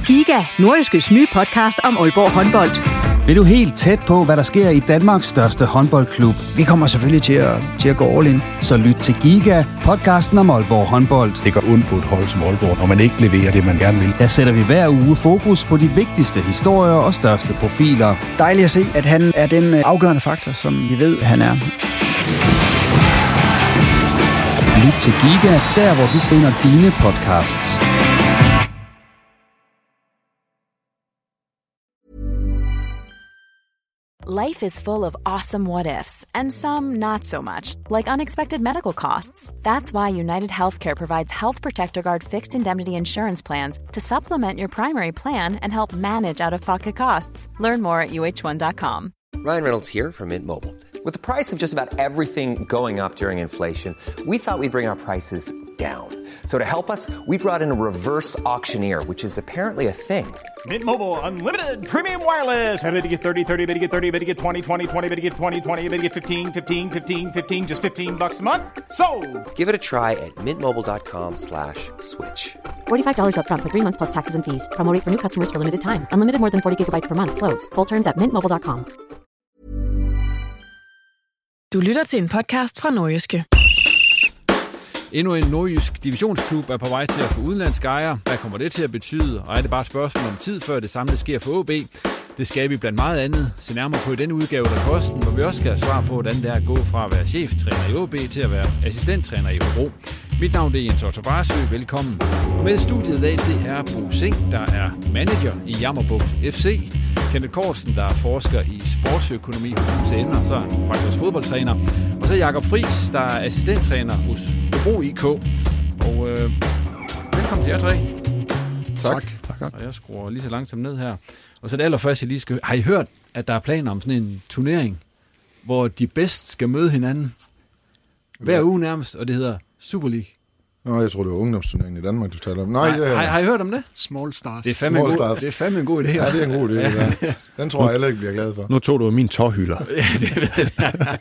Giga, Nordjyskes nye podcast om Aalborg håndbold. Vil du helt tæt på, hvad der sker i Danmarks største håndboldklub? Vi kommer selvfølgelig til at gå all in. Så lyt til Giga, podcasten om Aalborg håndbold. Det går ondt på et hold som Aalborg, når man ikke leverer det, man gerne vil. Der sætter vi hver uge fokus på de vigtigste historier og største profiler. Dejligt at se, at han er den afgørende faktor, som vi ved, han er. Lyt til Giga, der hvor du finder dine podcasts. Life is full of awesome what-ifs, and some not so much, like unexpected medical costs. That's why United Healthcare provides Health Protector Guard fixed indemnity insurance plans to supplement your primary plan and help manage out-of-pocket costs. Learn more at uh1.com. Ryan Reynolds here from Mint Mobile. With the price of just about everything going up during inflation, we thought we'd bring our prices down. So to help us, we brought in a reverse auctioneer, which is apparently a thing. Mint Mobile Unlimited Premium Wireless. How to get 30, 30, bit to get 30, bit to get 20, 20, 20, bit to get 20, 20, bit to get 15, 15, 15, 15, just $15 a month? Sold! Give it a try at mintmobile.com/switch. $45 up front for 3 months plus taxes and fees. Promo rate for new customers for limited time. Unlimited more than 40 gigabytes per month. Slows full terms at mintmobile.com. Du lytter til en podcast fra Nordjyske. Endnu en nordjysk divisionsklub er på vej til at få udenlandske ejere. Hvad kommer det til at betyde? Og er det bare et spørgsmål om tid, før det samme sker for OB? Det skal vi blandt meget andet se nærmere på i denne udgave af Posten, hvor vi også skal have svar på, hvordan det er at gå fra at være cheftræner i OB til at være assistenttræner i Hobro. Mit navn er Jens Otto Barsø. Velkommen. Og med studiet i dag, det er Bo Sing, der er manager i Jammerbugt FC. Kenneth Kortsen, der er forsker i sportsøkonomi hos UCN, så er han faktisk også fodboldtræner. Og så Jakob Friis, der er assistenttræner hos Hobro IK. Og velkommen til jer tre. Tak. Og jeg skruer lige så langsomt ned her. Og så det allerførst, jeg lige skal... Har I hørt, at der er planer om sådan en turnering, hvor de bedst skal møde hinanden hver uge nærmest, og det hedder Super League? Nå, jeg tror, det var ungdomsturneringen i Danmark, du taler om. Nej, har I hørt om det? Small Stars. Det er fandme en god idé. Ja, det er en god idé. Ja. Den tror jeg alle ikke bliver glad for. Nu tog du min tårhylder. Ja, det ved jeg.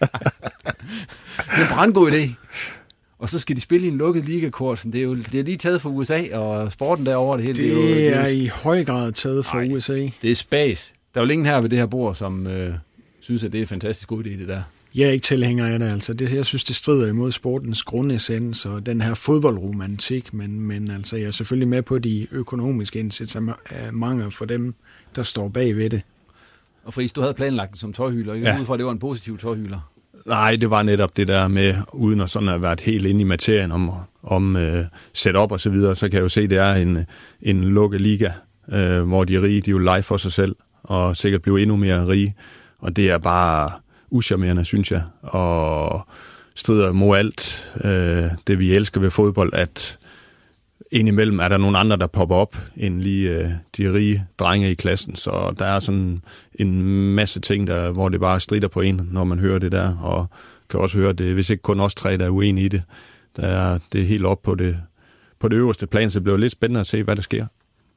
Det er en brandgod idé. Og så skal de spille i en lukket ligakorsen. Det er lige taget fra USA, og sporten derovre det hele. Det er i høj grad taget fra USA. Det er spas. Der er jo ingen her ved det her bord, som synes, at det er en fantastisk god idé, det der. Jeg er ikke tilhænger af det, altså. Jeg synes, det strider imod sportens grundessens og den her fodboldromantik, men altså, jeg er selvfølgelig med på de økonomiske incitamenter for dem, der står bag ved det. Og Friis, du havde planlagt den som tårhylder, ikke? Ud fra, at det var en positiv tårhylder. Nej, det var netop det der med, uden at sådan have været helt inde i materien om setup og så videre, så kan jeg jo se, at det er en lukket liga, hvor de rige, de er jo live for sig selv, og sikkert bliver endnu mere rige, og det er bare uschammerende, synes jeg, og strider mod alt det, vi elsker ved fodbold, at indimellem er der nogle andre, der popper op, end lige de rige drenge i klassen, så der er sådan en masse ting, hvor det bare strider på en, når man hører det der, og kan også høre det, hvis ikke kun os tre, der er uenige i det. Det er helt op på det øverste plan, så det bliver lidt spændende at se, hvad der sker.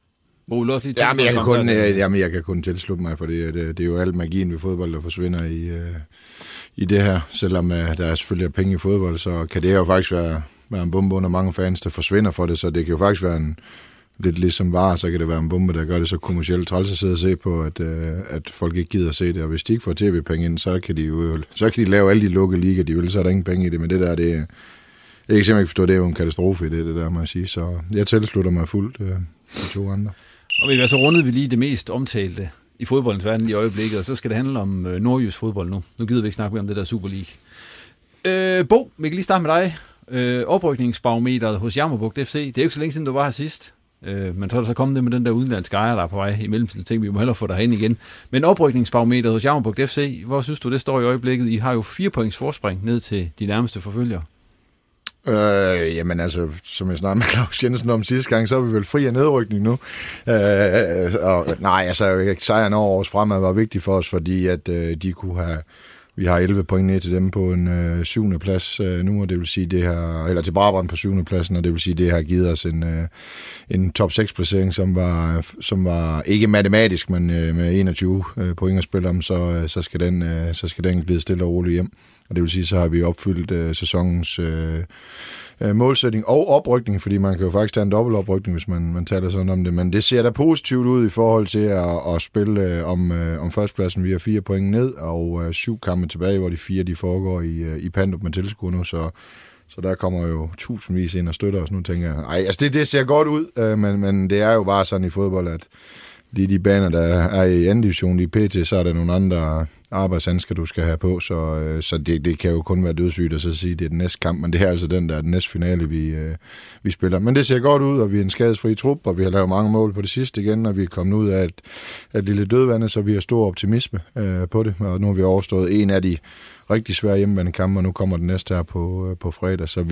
Jeg kan kun tilslutte mig, for det er jo alt magien ved fodbold, der forsvinder i det her. Selvom der er selvfølgelig penge i fodbold, så kan det jo faktisk være en bombe under mange fans, der forsvinder for det, så det kan jo faktisk være lidt ligesom varer, så kan det være en bombe, der gør det så kommercielt træls at sidde og se på, at folk ikke gider at se det, og hvis de ikke får tv-penge ind, så kan de lave alle de lukkede liga, de vil, så er der ingen penge i det, men det der, det jeg kan simpelthen ikke forstå, det er jo en katastrofe i det der, må jeg sige, så jeg tilslutter mig fuldt de to andre. Og så rundede vi lige det mest omtalte i fodboldens verden i øjeblikket, og så skal det handle om nordjysk fodbold nu. Nu gider vi ikke snakke mere om det der Super League. Bo, vi kan lige starte med dig. Oprykningsbarometeret hos Jammerbugt FC. Det er jo ikke så længe siden, du var her sidst. Men så er der så kommet det med den der udenlandske ejer, der er på vej i mellemtiden. Tænker vi må hellere få dig ind igen. Men oprykningsbarometeret hos Jammerbugt FC, hvor synes du, det står i øjeblikket? I har jo 4 points forspring ned til de nærmeste forfølgere. Jamen altså, som jeg snakkede med Claus Jensen om sidste gang, så er vi vel fri af nedrykning nu. Sejren over års fremad var vigtig for os, fordi at de kunne have Vi har 11 point ned til dem på en 7. plads nu, og det vil sige, det her, eller til Brabrand på 7. pladsen, og det vil sige, det har givet os en top 6 placering, som var ikke matematisk, men med 21 point at spille om, så skal den glide stille og roligt hjem. Og det vil sige, så har vi opfyldt sæsonens målsætning og oprykning, fordi man kan jo faktisk tage en dobbelt oprykning, hvis man taler sådan om det. Men det ser da positivt ud i forhold til at spille om førstepladsen. Vi har 4 point ned og 7 kampe tilbage, hvor de 4 de foregår i Pandrup med tilskuer nu, så der kommer jo tusindvis ind og støtter os nu, tænker jeg. Altså det ser godt ud, men det er jo bare sådan i fodbold, at lige de baner, der er i anden division, i PT, så er der nogle andre arbejdshandsker, du skal have på, så det kan jo kun være dødssygt at så sige, det er den næste kamp, men det er altså den næste finale, vi spiller. Men det ser godt ud, og vi er en skadesfri trup, og vi har lavet mange mål på det sidste igen, og vi er kommet ud af et lille dødvande, så vi har stor optimisme på det, og nu har vi overstået en af de rigtig svære hjemmebanekampe, og nu kommer den næste her på fredag, så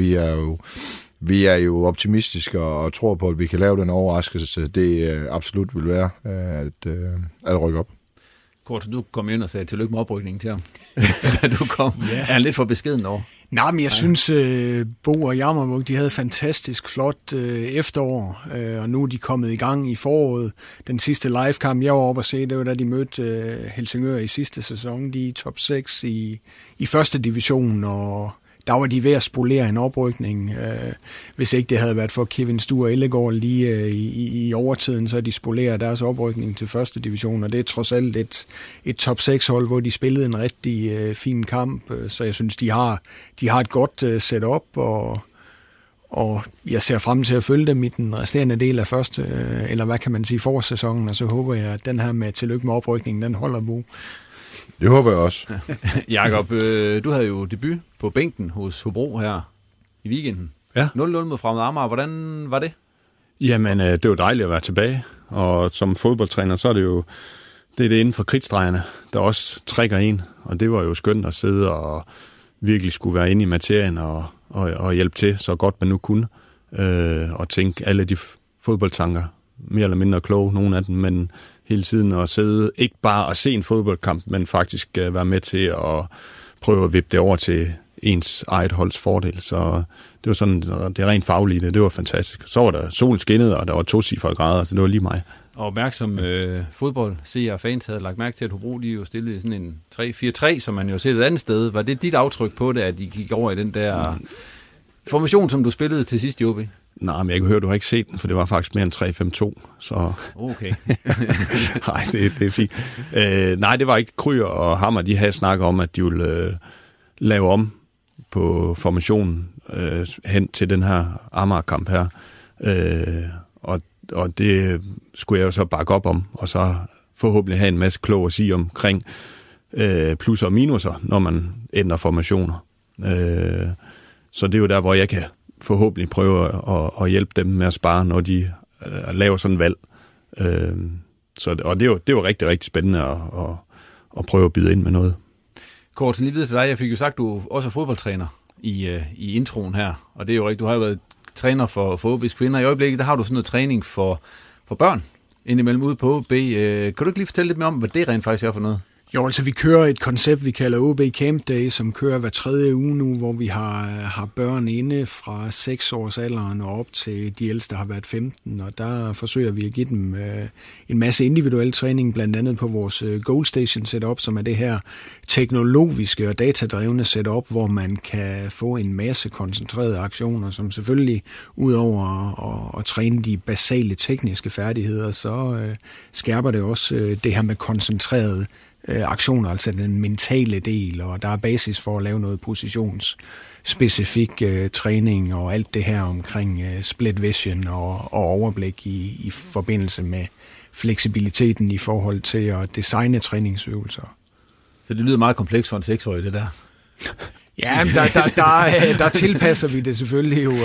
vi er jo optimistiske og tror på, at vi kan lave den overraskelse, det absolut vil være at rykke op. Kort, du kom ind og sagde tillykke med oprykningen til ham. Da du kom. Er han lidt for beskeden over? Nej, men jeg synes, Bo og Jammerburg, de havde fantastisk flot efterår, og nu er de kommet i gang i foråret. Den sidste live-kamp, jeg var oppe at se, det var da de mødte Helsingør i sidste sæson. De er top 6 i første division, og der var de ved at spolere en oprykning. Hvis ikke det havde været for Kevin Sture Ellegaard lige i overtiden, så de spolerer deres oprykning til første division, og det er trods alt et top 6-hold, hvor de spillede en rigtig fin kamp, så jeg synes, de har et godt setup, og jeg ser frem til at følge dem i den resterende del af første, eller hvad kan man sige, forårssæsonen, og så håber jeg, at den her med tillykke med oprykningen, den holder Bo. Det håber jeg også. Jakob, du havde jo debut på bænken hos Hobro her i weekenden. Ja. 0-0 mod Fremad Amager. Hvordan var det? Jamen, det var dejligt at være tilbage. Og som fodboldtræner, så er det jo det inden for kridtstregerne, der også trækker en. Og det var jo skønt at sidde og virkelig skulle være inde i materien og hjælpe til så godt man nu kunne. Og tænke alle de fodboldtanker, mere eller mindre kloge, nogle af dem, men hele tiden at sidde, ikke bare at se en fodboldkamp, men faktisk være med til at prøve at vippe det over til ens eget holds fordel. Så det var sådan, det rent faglige, det var fantastisk. Så var der solen skinnede, og der var 2-cifrede grader, så det var lige mig. Og opmærksom fodboldseere og fans havde lagt mærke til, at Hobro de jo stillede sådan en 3-4-3, som man jo set et andet sted. Var det dit aftryk på det, at de gik over i den der formation, som du spillede til sidst i OB? Nej, men jeg kan høre, du har ikke set den, for det var faktisk mere end 3-5-2. Så okay. Nej, det er fint. Nej, det var ikke. Kryer og Hammer, de havde snakket om, at de ville lave om på formationen hen til den her Amager-kamp her. Og det skulle jeg jo så bakke op om, og så forhåbentlig have en masse klog at sige omkring plusser og minuser, når man ændrer formationer. Så det er jo der, hvor jeg kan forhåbentlig prøve at hjælpe dem med at spare, når de laver sådan en valg. Og det er jo rigtig, rigtig spændende at prøve at byde ind med noget. Kort, lige videre til dig. Jeg fik jo sagt, at du også er fodboldtræner i introen her, og det er jo rigtigt. Du har jo været træner for OB's kvinder. I øjeblikket, der har du sådan noget træning for børn indimellem ude på OB. Kan du ikke lige fortælle lidt mere om, hvad det rent faktisk er for noget? Jo, altså vi kører et koncept, vi kalder OB Camp Day, som kører hver 3. uge nu, hvor vi har børn inde fra 6 års alderen og op til de ældste har været 15, og der forsøger vi at give dem en masse individuel træning, blandt andet på vores Goal Station setup, som er det her teknologiske og datadrevne setup, hvor man kan få en masse koncentrerede aktioner, som selvfølgelig udover at træne de basale tekniske færdigheder, så skærper det også det her med koncentreret aktioner, altså den mentale del, og der er basis for at lave noget positionsspecifik træning og alt det her omkring split vision og overblik i forbindelse med fleksibiliteten i forhold til at designe træningsøvelser. Så det lyder meget komplekst for en 6-årig, det der? Ja, der tilpasser vi det selvfølgelig jo,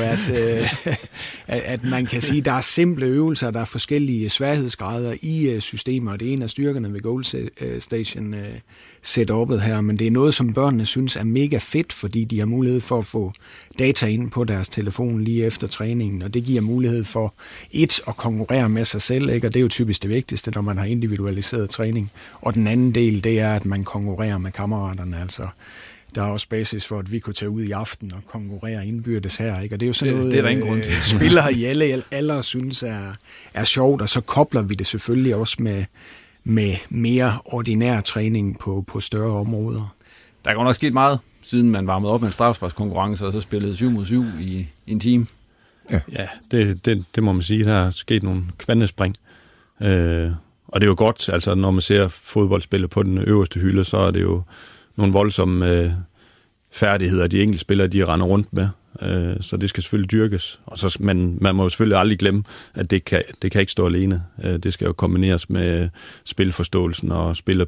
at man kan sige, at der er simple øvelser, der er forskellige sværhedsgrader i systemer, og det er en af styrkerne ved Goalstation setupet her, men det er noget, som børnene synes er mega fedt, fordi de har mulighed for at få data ind på deres telefon lige efter træningen, og det giver mulighed for at konkurrere med sig selv, ikke? Og det er jo typisk det vigtigste, når man har individualiseret træning, og den anden del, det er, at man konkurrerer med kammeraterne, altså. Der er også basis for, at vi kunne tage ud i aften og konkurrere indbyrdes her, ikke? Og det er jo sådan noget, det er der ingen grund til. Spillere i alle aldre synes er sjovt, og så kobler vi det selvfølgelig også med mere ordinær træning på større områder. Der er godt nok sket meget, siden man varmede op med en straffesparkskonkurrence, og så spillede 7 mod 7 i en time. Ja, det må man sige. Der er sket nogle kvantespring. Og det er jo godt, altså når man ser fodboldspillere på den øverste hylde, så er det jo nogle voldsomme færdigheder, de enkelte spillere, de render rundt med. Så det skal selvfølgelig dyrkes. Og så, man må jo selvfølgelig aldrig glemme, at det kan ikke stå alene. Det skal jo kombineres med spilforståelsen og spille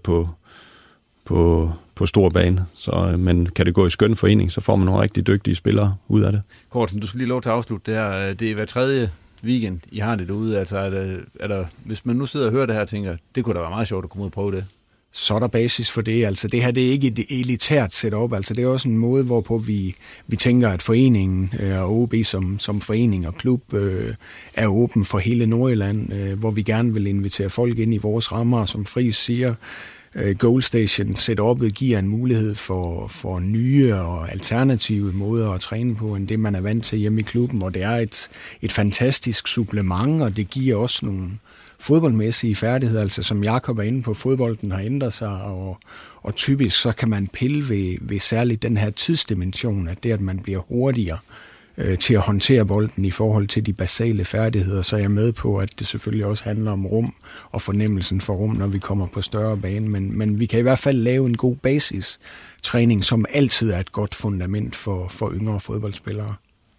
på stor bane. Men kan det gå i skøn forening, så får man nogle rigtig dygtige spillere ud af det. Kortsen, du skal lige lov til at afslutte det her. Det er hver tredje weekend, I har det derude. Altså, er der, hvis man nu sidder og hører det her og tænker, det kunne da være meget sjovt at komme ud og prøve det. Så er der basis for det. Altså det her, det er ikke et elitært setup. Altså det er også en måde, hvorpå vi tænker, at foreningen og OB som forening og klub er åben for hele Nordjylland, hvor vi gerne vil invitere folk ind i vores rammer, som Friis siger. Goalstation setupet giver en mulighed for nye og alternative måder at træne på, end det man er vant til hjemme i klubben, og det er et fantastisk supplement, og det giver også nogle fodboldmæssige færdigheder, altså som Jakob er inde på, fodbolden har ændret sig, og typisk så kan man pille ved særligt den her tidsdimension, at det, at man bliver hurtigere til at håndtere bolden i forhold til de basale færdigheder, så er jeg med på, at det selvfølgelig også handler om rum og fornemmelsen for rum, når vi kommer på større bane, men vi kan i hvert fald lave en god basistræning, som altid er et godt fundament for yngre fodboldspillere.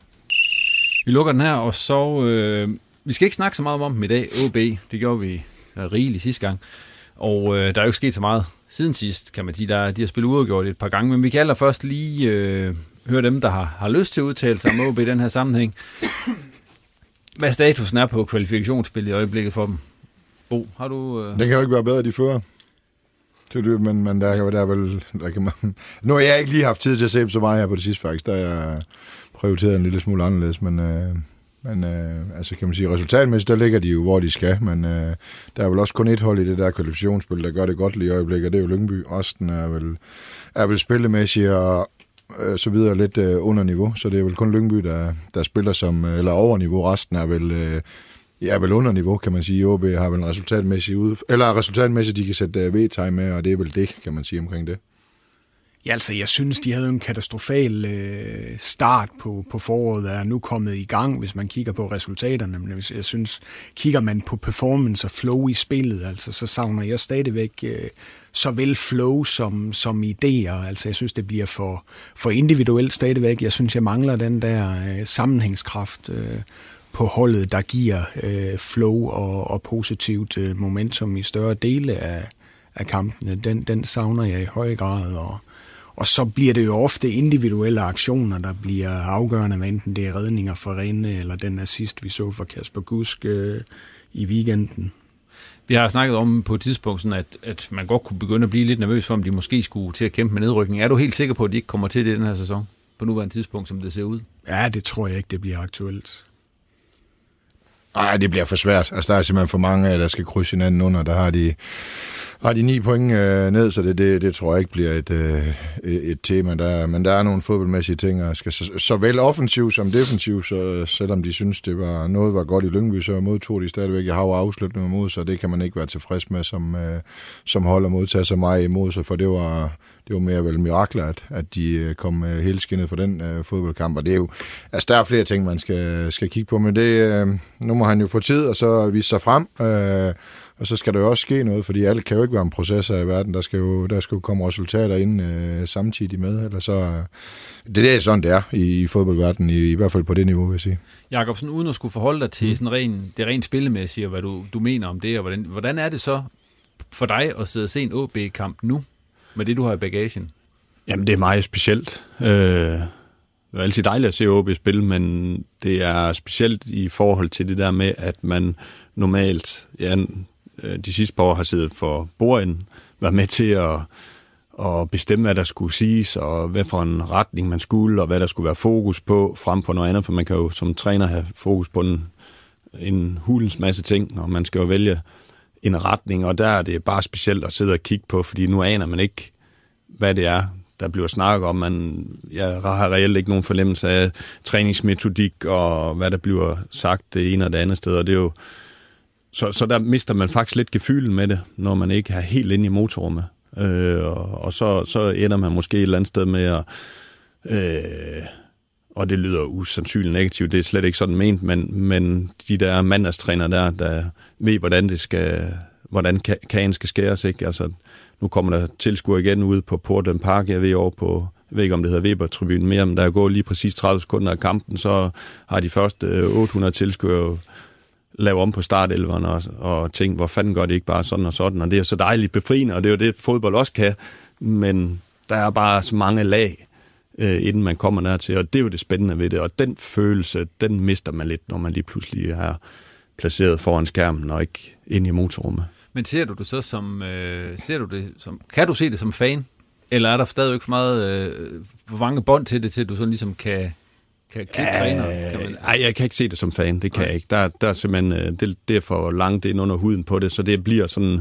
Vi lukker den her, og så vi skal ikke snakke så meget om dem i dag, OB. Det gjorde vi rigeligt sidste gang. Og der er jo ikke sket så meget siden sidst, kan man sige. De har spillet uafgjort et par gange, men vi kan allerførst lige høre dem, der har lyst til at udtale sig om OB i den her sammenhæng. Hvad statusen er på kvalifikationsspillet i øjeblikket for dem? Bo, har du... Det kan jo ikke være bedre, de fører. Men der kan man... Nu har jeg ikke lige haft tid til at se så meget her på det sidste faktisk. Der er jeg prioriteret en lille smule anderledes, men altså kan man sige, resultatmæssigt, der ligger de jo, hvor de skal, men der er vel også kun et hold i det der kvalifikationsspil, der gør det godt lige i øjeblikket, og det er jo Lyngby. Resten er vel spillemæssigt og så videre lidt under niveau, så det er vel kun Lyngby, der spiller som, eller over niveau. Resten er vel under niveau, kan man sige. OB har vel en resultatmæssigt, de kan sætte V-tegn med, og det er vel det, kan man sige omkring det. Ja, altså, jeg synes, de havde en katastrofal start på foråret, er nu kommet i gang, hvis man kigger på resultaterne. Men jeg synes, kigger man på performance og flow i spillet, altså, så savner jeg stadigvæk såvel flow som idéer. Altså, jeg synes, det bliver for individuelt stadigvæk. Jeg synes, jeg mangler den der sammenhængskraft på holdet, der giver flow og positivt momentum i større dele af kampene. Den savner jeg i høj grad, og så bliver det jo ofte individuelle aktioner, der bliver afgørende, hvad enten det er redninger for Rene, eller den assist, vi så fra Kasper Gusk i weekenden. Vi har snakket om på et tidspunkt, sådan at man godt kunne begynde at blive lidt nervøs for, om de måske skulle til at kæmpe med nedrykning. Er du helt sikker på, at de ikke kommer til det i den her sæson, på nuværende tidspunkt, som det ser ud? Ja, det tror jeg ikke, det bliver aktuelt. Nej, det bliver for svært. Altså, der er simpelthen for mange, der skal krydse hinanden under. Der har de 9 point ned, så det tror jeg ikke bliver et tema. Men der er nogle fodboldmæssige ting, og skal såvel offensiv som defensiv, så selvom de synes, noget var godt i Lyngby, så modtog de stadigvæk. Jeg har jo afslutninger imod, så det kan man ikke være tilfreds med, som hold at modtage så meget imod sig, for det var mere vel mirakler, at de kom helskindet for den fodboldkamp, og det er jo, altså der er flere ting, man skal kigge på, men nu må han jo få tid, og så vise sig frem, og så skal der jo også ske noget, fordi alt kan jo ikke være en processer i verden, der skal jo komme resultater ind samtidig med, eller så, det er sådan, det er i fodboldverdenen, i hvert fald på det niveau, vil jeg sige. Jakobsen, uden at skulle forholde dig til sådan det rent spillemæssige, og hvad du mener om det, og hvordan er det så for dig at sidde og se en OB-kamp nu, med det, du har i bagagen? Jamen, det er meget specielt. Det er altid dejligt at se OB spille, men det er specielt i forhold til det der med, at man normalt, de sidste par år har siddet for bordenden, været med til at bestemme, hvad der skulle siges, og hvad for en retning man skulle, og hvad der skulle være fokus på, frem for noget andet, for man kan jo som træner have fokus på en hulens masse ting, og man skal jo vælge en retning, og der er det bare specielt at sidde og kigge på, fordi nu aner man ikke, hvad det er, der bliver snakket om. Jeg har reelt ikke nogen fornemmelse af træningsmetodik, og hvad der bliver sagt det ene og det andet sted, og det er jo så der mister man faktisk lidt gefylen med det, når man ikke er helt inde i motorrummet. Og så ender man måske et eller andet sted med at... og det lyder usandsynligt negativt, det er slet ikke sådan ment, men de der mandagstræner der ved, hvordan kagen skal skæres, ikke? Altså, nu kommer der tilskuer igen ude på Portland Park, jeg ved ikke, om det hedder Weber-tribunen mere, men der er gået lige præcis 30 sekunder af kampen, så har de første 800 tilskuere lave om på startelveren og tænke, hvor fanden gør det ikke bare sådan og sådan, og det er så dejligt befriende, og det er jo det, fodbold også kan, men der er bare så mange lag, inden man kommer nær til, og det er jo det spændende ved det, og den følelse, den mister man lidt, når man lige pludselig er placeret foran skærmen, og ikke inde i motorrummet. Men ser du det så som, kan du se det som fan, eller er der stadigvæk for meget, for mange bånd til det, til du sådan ligesom kan træner? Nej, jeg kan ikke se det som fan, det kan jeg ikke. Der er simpelthen, det er for langt ind under huden på det, så det bliver sådan,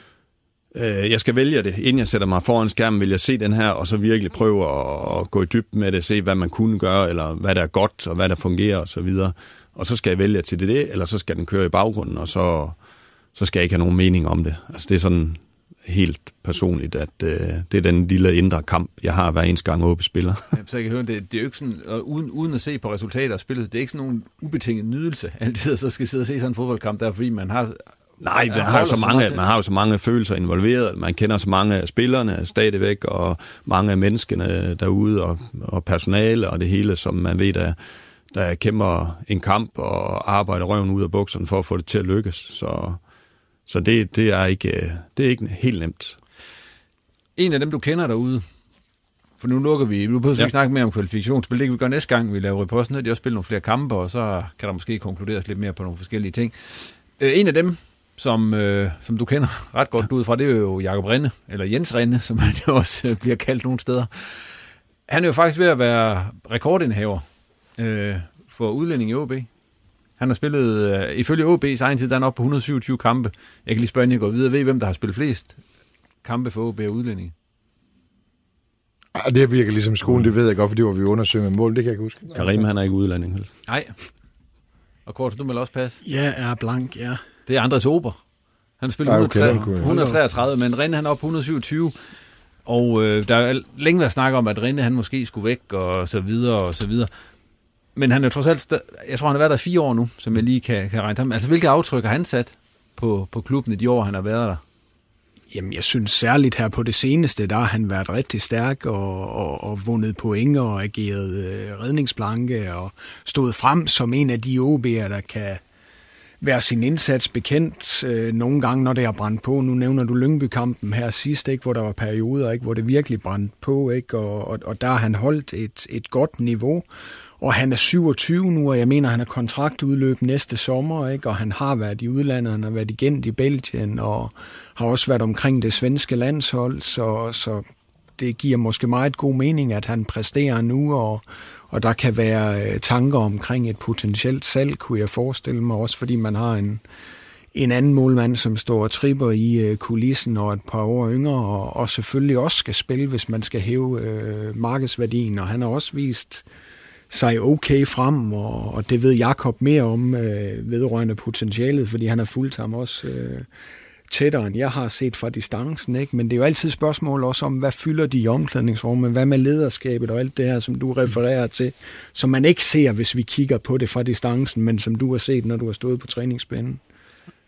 jeg skal vælge det, inden jeg sætter mig foran skærmen, vil jeg se den her, og så virkelig prøve at gå i dybden med det, se hvad man kunne gøre, eller hvad der er godt, og hvad der fungerer, og så videre. Og så skal jeg vælge til det, eller så skal den køre i baggrunden, og så skal jeg ikke have nogen mening om det. Altså det er sådan helt personligt, at det er den lille indre kamp, jeg har hver eneste gang OB spiller. Så jeg kan høre, det er jo ikke sådan, uden at se på resultater og spillet, det er ikke sådan nogen ubetinget nydelse, altid så skal sidde og se sådan en fodboldkamp der, fordi man har... Nej, man har jo så mange følelser involveret, man kender så mange af spillerne stadigvæk, og mange af menneskene derude, og personale og det hele, som man ved, der kæmper en kamp og arbejder røven ud af bukserne for at få det til at lykkes. Så det er ikke helt nemt. En af dem, du kender derude, for nu lukker vi, nu behøver vi ikke snakke mere om kvalifikationsspil, det kan vi gøre næste gang, vi laver reposten, de har også spillet nogle flere kampe, og så kan der måske konkluderes lidt mere på nogle forskellige ting. En af dem, som du kender ret godt ud fra, det er jo Jakob Rinde, eller Jens Rinde, som han jo også bliver kaldt nogle steder. Han er jo faktisk ved at være rekordindhaver for udlænding i OB. Han har spillet, ifølge OB's egen tid, der er han oppe på 127 kampe. Jeg kan lige spørge, inden jeg går videre, ved hvem der har spillet flest kampe for OB og udlændinge? Det virker ligesom skolen, det ved jeg godt, for det var vi undersøgt med mål, det kan jeg ikke huske. Karim, han er ikke udlænding. Nej. Og Kort, du vil også passe? Ja, er blank, ja. Det er Andres Ober. Han spiller 133, men Rinde han er oppe på 127. Og der er længe været snak om, at Rinde han måske skulle væk, og så videre, og så videre. Men han er trods alt, jeg tror, han har været der 4 år nu, som jeg lige kan regne sammen. Altså, hvilke aftryk har han sat på klubben i de år, han har været der? Jamen, jeg synes særligt her på det seneste, der har han været rigtig stærk og vundet point og ageret redningsplanke og stået frem som en af de OB'er, der kan være sin indsats bekendt nogle gange, når det er brændt på. Nu nævner du Lyngby-kampen her sidst, ikke, hvor der var perioder, ikke, hvor det virkelig brændte på, ikke, og der har han holdt et godt niveau. Og han er 27 nu, og jeg mener, han har kontraktudløb næste sommer, ikke? Og han har været i udlandet, han har været igen i Belgien, og har også været omkring det svenske landshold, så det giver måske meget god mening, at han præsterer nu, og der kan være tanker omkring et potentielt salg, kunne jeg forestille mig, også fordi man har en anden målmand, som står og tripper i kulissen og et par år yngre, og selvfølgelig også skal spille, hvis man skal hæve markedsværdien, og han har også vist sig okay frem, og det ved Jakob mere om vedrørende potentialet, fordi han har fulgt ham også tættere, end jeg har set fra distancen, ikke? Men det er jo altid spørgsmål også om, hvad fylder de i omklædningsrummet, hvad med lederskabet og alt det her, som du refererer til, som man ikke ser, hvis vi kigger på det fra distancen, men som du har set, når du har stået på træningsbanen.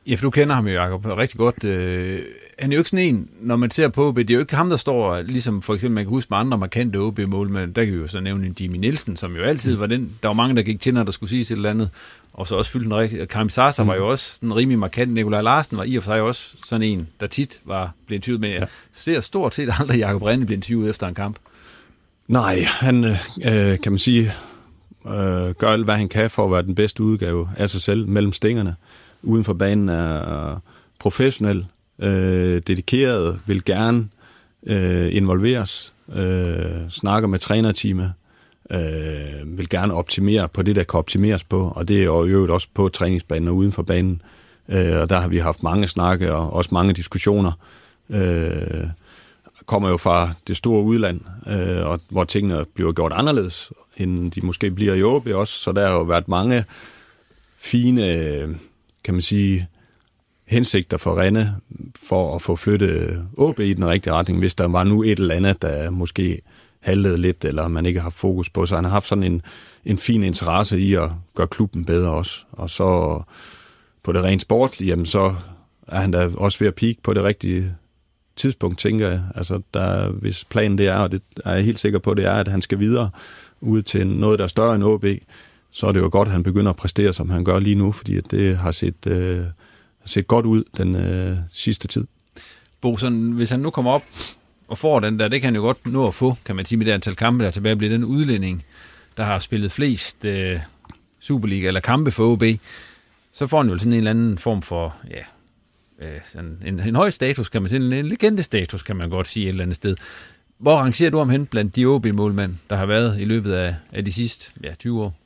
Ja, for du kender ham jo, Jacob, rigtig godt. Han er jo ikke sådan en, når man ser på OB, det er jo ikke ham, der står, ligesom for eksempel, man kan huske med andre markante OB-mål, men der kan vi jo så nævne en Jimmy Nielsen, som jo altid var den, der var mange, der gik til, når der skulle siges et eller andet, og så også fyldte den rigtig. Karim Sasa var jo også den rimelig markant. Nikolaj Larsen var i og for sig også sådan en, der tit var blevet interviewet, men jeg ser stort set aldrig Jacob Rinde blive interviewet efter en kamp. Nej, han kan man sige, gør alt, hvad han kan for at være den bedste udgave af sig selv mellem stængerne. Uden for banen er professionel, dedikeret, vil gerne involveres, snakker med trænerteamet, vil gerne optimere på det, der kan optimeres på, og det er jo i øvrigt også på træningsbanen og uden for banen. Og der har vi haft mange snakke og også mange diskussioner. Kommer jo fra det store udland, og hvor tingene bliver gjort anderledes, end de måske bliver i OB også, så der har jo været mange fine, kan man sige, hensigter for Rinde for at få flyttet OB i den rigtige retning, hvis der var nu et eller andet, der måske haltede lidt, eller man ikke har fokus på. Så han har haft sådan en fin interesse i at gøre klubben bedre også. Og så på det rent sportlige, jamen så er han da også ved at peak på det rigtige tidspunkt, tænker jeg. Altså, hvis planen det er, og det er jeg helt sikker på, det er, at han skal videre ud til noget, der er større end OB, så er det jo godt, at han begynder at præstere, som han gør lige nu, fordi det har set godt ud den sidste tid. Bo, sådan, hvis han nu kommer op og får den der, det kan han jo godt nå at få, kan man sige, med det antal kampe, der tilbage bliver den udlænding, der har spillet flest Superliga eller kampe for OB, så får han jo sådan en eller anden form for, en høj status, kan man sige, en legendestatus, kan man godt sige et eller andet sted. Hvor rangerer du ham hen blandt de OB-målmænd, der har været i løbet af de sidste 20 år?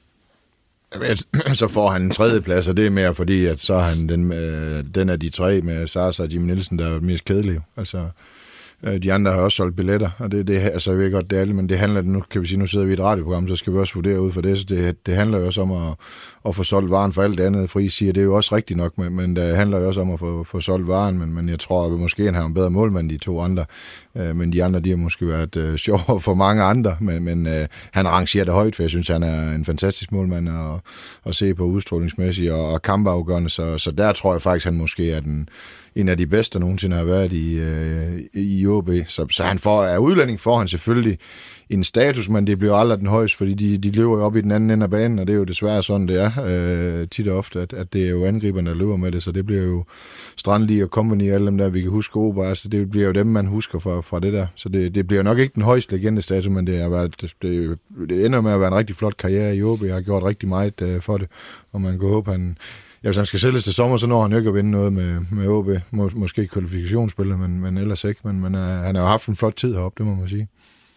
Så får han en tredjeplads, og det er mere fordi, at så er han den af de tre med Sasa og Jimmy Nielsen, der er mest kedelig. Altså, de andre har også solgt billetter, og det altså, jeg ved godt, det er alt, men det handler, nu kan vi sige, nu sidder vi i et radioprogram, så skal vi også vurdere ud for det, så det handler jo også om at få solgt varen for alt det andet. Fri siger, det er jo også rigtigt nok, men det handler jo også om at få solgt varen, men jeg tror, at måske han har en bedre målmand, de to andre, men de andre, de har måske været sjovere for mange andre, men han rangerer det højt, for jeg synes, han er en fantastisk målmand at se på udstrålingsmæssigt og kampafgørende, så der tror jeg faktisk, han måske er en af de bedste, der nogensinde har været i OB. Så han af udlænding får han selvfølgelig en status, men det bliver aldrig den højeste, fordi de løber jo op i den anden ende af banen, og det er jo desværre sådan, det er tit og ofte, at det er jo angriberne, der løber med det, så det bliver jo Strandli og Company, alle dem der, vi kan huske OB, altså det bliver jo dem, man husker fra det der. Så det bliver nok ikke den højeste legendestatus, men det ender med at være en rigtig flot karriere i OB. Jeg har gjort rigtig meget for det, og man kan håbe, hvis han skal sælges til sommer, så når han ikke at vinde noget med OB. Måske kvalifikationsspiller, men ellers ikke. Men han har jo haft en flot tid heroppe, det må man sige.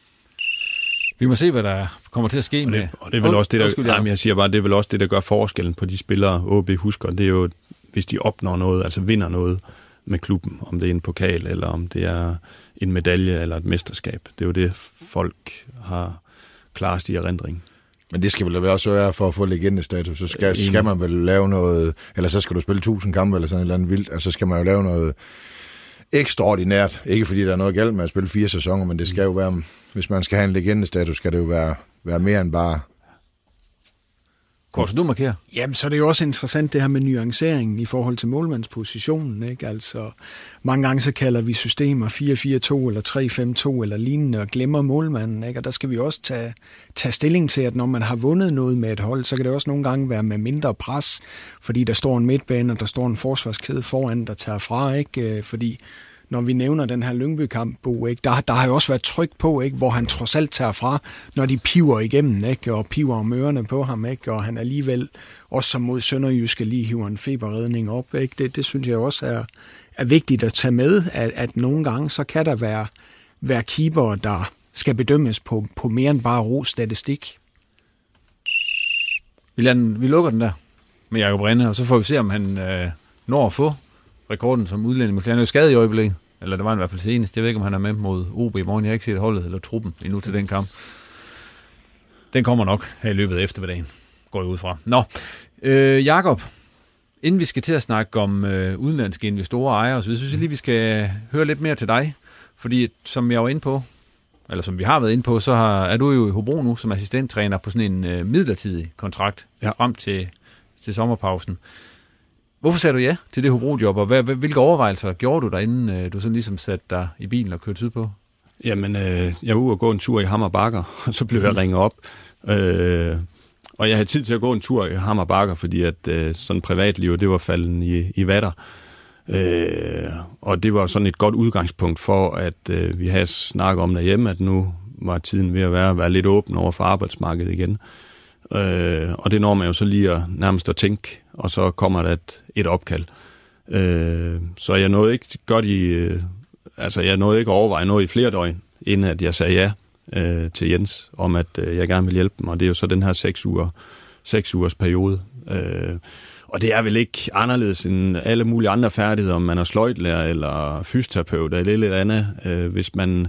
Vi må se, hvad der kommer til at ske med. Og det er vel også det, jeg siger bare, det er vel også det, der gør forskellen på de spillere, OB husker. Det er jo, hvis de opnår noget, altså vinder noget med klubben, om det er en pokal, eller om det er en medalje, eller et mesterskab. Det er jo det, folk har klarest i erindring. Men det skal vel også være for at få legendestatus, så skal man vel lave noget, eller så skal du spille 1000 kampe, eller sådan et eller andet vildt, altså så skal man jo lave noget ekstraordinært. Ikke fordi der er noget galt med at spille 4 sæsoner, men det skal jo være, hvis man skal have en legendestatus, skal det jo være mere end bare... Kort, du markerer? Jamen, så er det jo også interessant det her med nuanceringen i forhold til målmandspositionen, ikke? Altså, mange gange så kalder vi systemer 4-4-2 eller 3-5-2 eller lignende og glemmer målmanden, ikke? Og der skal vi også tage stilling til, at når man har vundet noget med et hold, så kan det også nogle gange være med mindre pres, fordi der står en midtbane, og der står en forsvarskæde foran, der tager fra, ikke? Fordi når vi nævner den her Lyngby-kamp, Bo, ikke? Der har jo også været tryk på, ikke? Hvor han trods alt tager fra, når de piver igennem, ikke? Og piver om ørerne på ham, ikke? Og han alligevel, også som mod Sønderjyske, lige hiver en feberredning op, ikke? Det synes jeg også er vigtigt at tage med, at nogle gange, så kan der være keeper, der skal bedømmes på mere end bare ro statistik. Vi lukker den der med Jacob Rinde, og så får vi se, om han når at få rekorden som udlænding. Han er jo skadet i øjeblikket, eller det var i hvert fald senest. Jeg ved ikke, om han er med mod OB i morgen. Jeg har ikke set holdet eller truppen endnu til den kamp. Den kommer nok her i løbet af eftermiddagen, går jeg ud fra. Nå, Jakob, inden vi skal til at snakke om udenlandske investorer og ejere, så jeg synes lige, vi skal høre lidt mere til dig. Fordi som jeg var inde på, eller som vi har været inde på, så er du jo i Hobro nu som assistenttræner på sådan en midlertidig kontrakt frem til sommerpausen. Hvorfor sagde du ja til det Hobro-job, og hvilke overvejelser gjorde du der, inden du sådan ligesom satte dig i bilen og kørte ud på? Jamen, jeg var ude og gå en tur i Hammer Bakker, og så blev jeg ringet op. Og jeg havde tid til at gå en tur i Hammer Bakker, fordi at sådan privatliv, det var falden i vatter. Og det var sådan et godt udgangspunkt for, at vi havde snakket om derhjemme, at nu var tiden ved at være lidt åben over for arbejdsmarkedet igen. Og det når man jo så lige at nærmest at tænke, og så kommer der et opkald. Så jeg nåede ikke jeg nåede ikke at overveje noget i flere døgn, inden at jeg sagde ja til Jens, om at jeg gerne vil hjælpe dem, og det er jo så den her 6 ugers periode. Og det er vel ikke anderledes end alle mulige andre færdigheder, om man er sløjtlærer eller fysioterapeut eller lidt andet, hvis man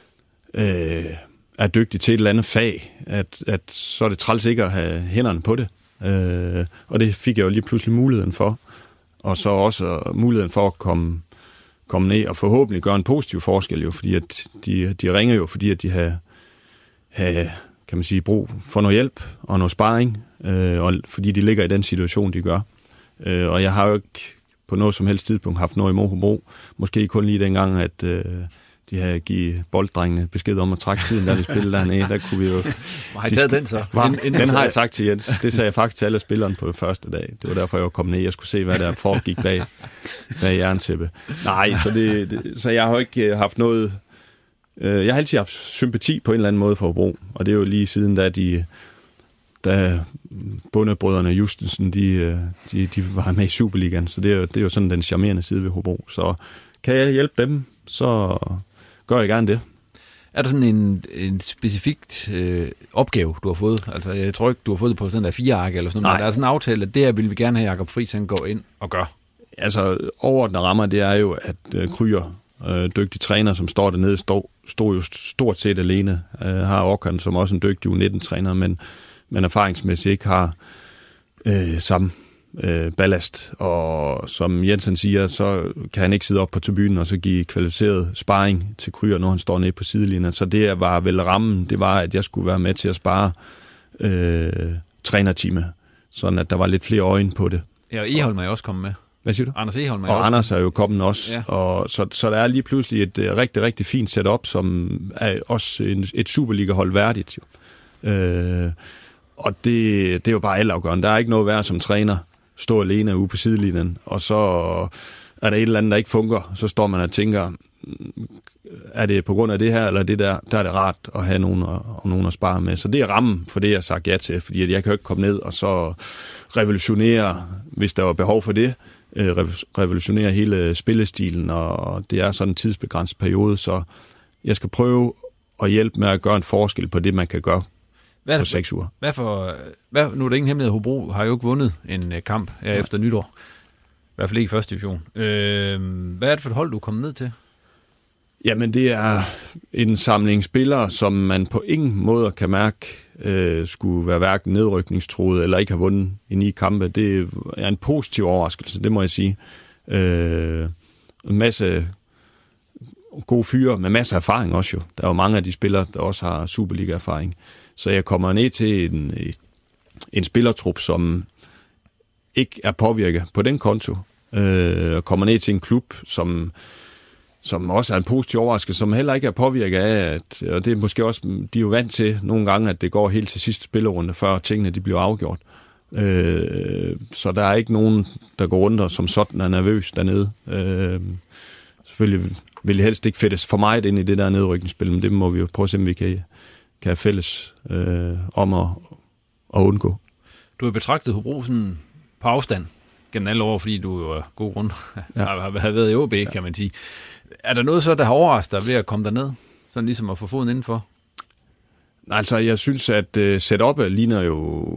er dygtig til et eller andet fag, at så er det træls ikke at have hænderne på det. Og det fik jeg jo lige pludselig muligheden for. Og så også muligheden for at komme ned og forhåbentlig gøre en positiv forskel, jo, fordi at de ringer jo, fordi at de har kan man sige, brug for noget hjælp og noget sparring, og fordi de ligger i den situation, de gør. Og jeg har jo ikke på noget som helst tidspunkt haft noget imod Hobro. Måske kun lige dengang, at de havde givet bolddrengene besked om at trække tiden, da vi spillede dernede. Der kunne vi jo... Har I taget den så? Den har jeg sagt til Jens. Det sagde jeg faktisk til alle spillerne på første dag. Det var derfor, jeg var kommet ned. Jeg skulle se, hvad der foregik bag jerntæppe. Nej, så jeg har ikke haft noget... Jeg har altid haft sympati på en eller anden måde for Hobro. Og det er jo lige siden, da bondebrødrene Justensen, de var med i Superligaen. Så det er jo sådan den charmerende side ved Hobro. Så kan jeg hjælpe dem, så gør jeg gerne det. Er der sådan en specifikt opgave, du har fået? Altså, jeg tror ikke, du har fået det på sådan der 4-ark eller sådan noget, men der er sådan en aftale, at det her vil vi gerne have, Jakob Friis, han går ind og gør. Altså, overordnet rammer, det er jo, at Kryer, dygtig træner, som står dernede, står jo stort set alene. Har Orkan, som også en dygtig U19-træner, men erfaringsmæssigt ikke har samme ballast, og som Jensen siger, så kan han ikke sidde op på tribunen og så give kvalificeret sparring til Kryer, når han står nede på sidelinjen. Så det var vel rammen, det var, at jeg skulle være med til at spare trænerteamet, sådan at der var lidt flere øjne på det. Ja, og Eholm er jo også kommet med. Hvad siger du? Anders Eholm er og også Anders er jo kommet også, ja. Og så der er lige pludselig et rigtig, rigtig fint setup, som er også et Superliga-hold værdigt. Jo. Og det er jo bare altafgørende. Der er ikke noget værd som træner, stå alene ude på sidelinjen, og så er der et eller andet, der ikke fungerer, så står man og tænker, er det på grund af det her, eller det der er det rart at have nogen at spare med. Så det er rammen for det, jeg har sagt ja til, fordi jeg kan jo ikke komme ned og så revolutionere, hvis der var behov for det, revolutionere hele spillestilen, og det er sådan en tidsbegrænset periode, så jeg skal prøve at hjælpe med at gøre en forskel på det, man kan gøre på 6 uger. Nu er det ingen hemmelighed, Hobro har jo ikke vundet en kamp efter nytår. I hvert fald ikke i første division. Hvad er det for et hold, du er kommet ned til? Jamen, det er en samling spillere, som man på ingen måde kan mærke skulle være hverken nedrykningstroet eller ikke have vundet i 9 kampe. Det er en positiv overraskelse, det må jeg sige. En masse gode fyre med masser af erfaring også jo. Der er jo mange af de spillere, der også har Superliga-erfaring. Så jeg kommer ned til en spillertrup, som ikke er påvirket på den konto. Og kommer ned til en klub, som også er en positiv overraskelse, som heller ikke er påvirket af, og det er måske også, de er jo vant til nogle gange, at det går helt til sidste spillerunde, før tingene de bliver afgjort. Så der er ikke nogen, der går rundt og som sådan er nervøs dernede. Selvfølgelig vil jeg helst ikke fættes for meget ind i det der nedrykningsspil, men det må vi jo prøve at se, om vi kan have fælles om at undgå. Du har betragtet Hobro sådan på afstand gennem alle år, fordi du jo er god grund har været i OB, kan man sige. Er der noget så, der har overrasket dig ved at komme derned? Sådan ligesom at få foden indenfor? Altså, jeg synes, at setup'et ligner jo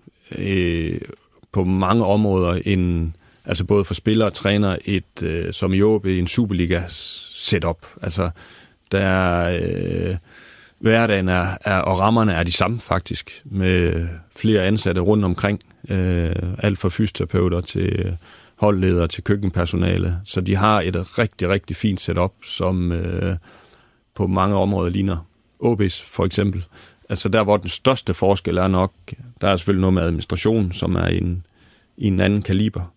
på mange områder altså både for spillere og træner som i OB, en Superliga-setup. Altså, der hverdagen og rammerne er de samme faktisk, med flere ansatte rundt omkring. Alt fra fysioterapeuter til holdledere til køkkenpersonale. Så de har et rigtig, rigtig fint setup, som på mange områder ligner OB's for eksempel. Altså der, hvor den største forskel er nok, der er selvfølgelig noget med administration, som er i en anden kaliber.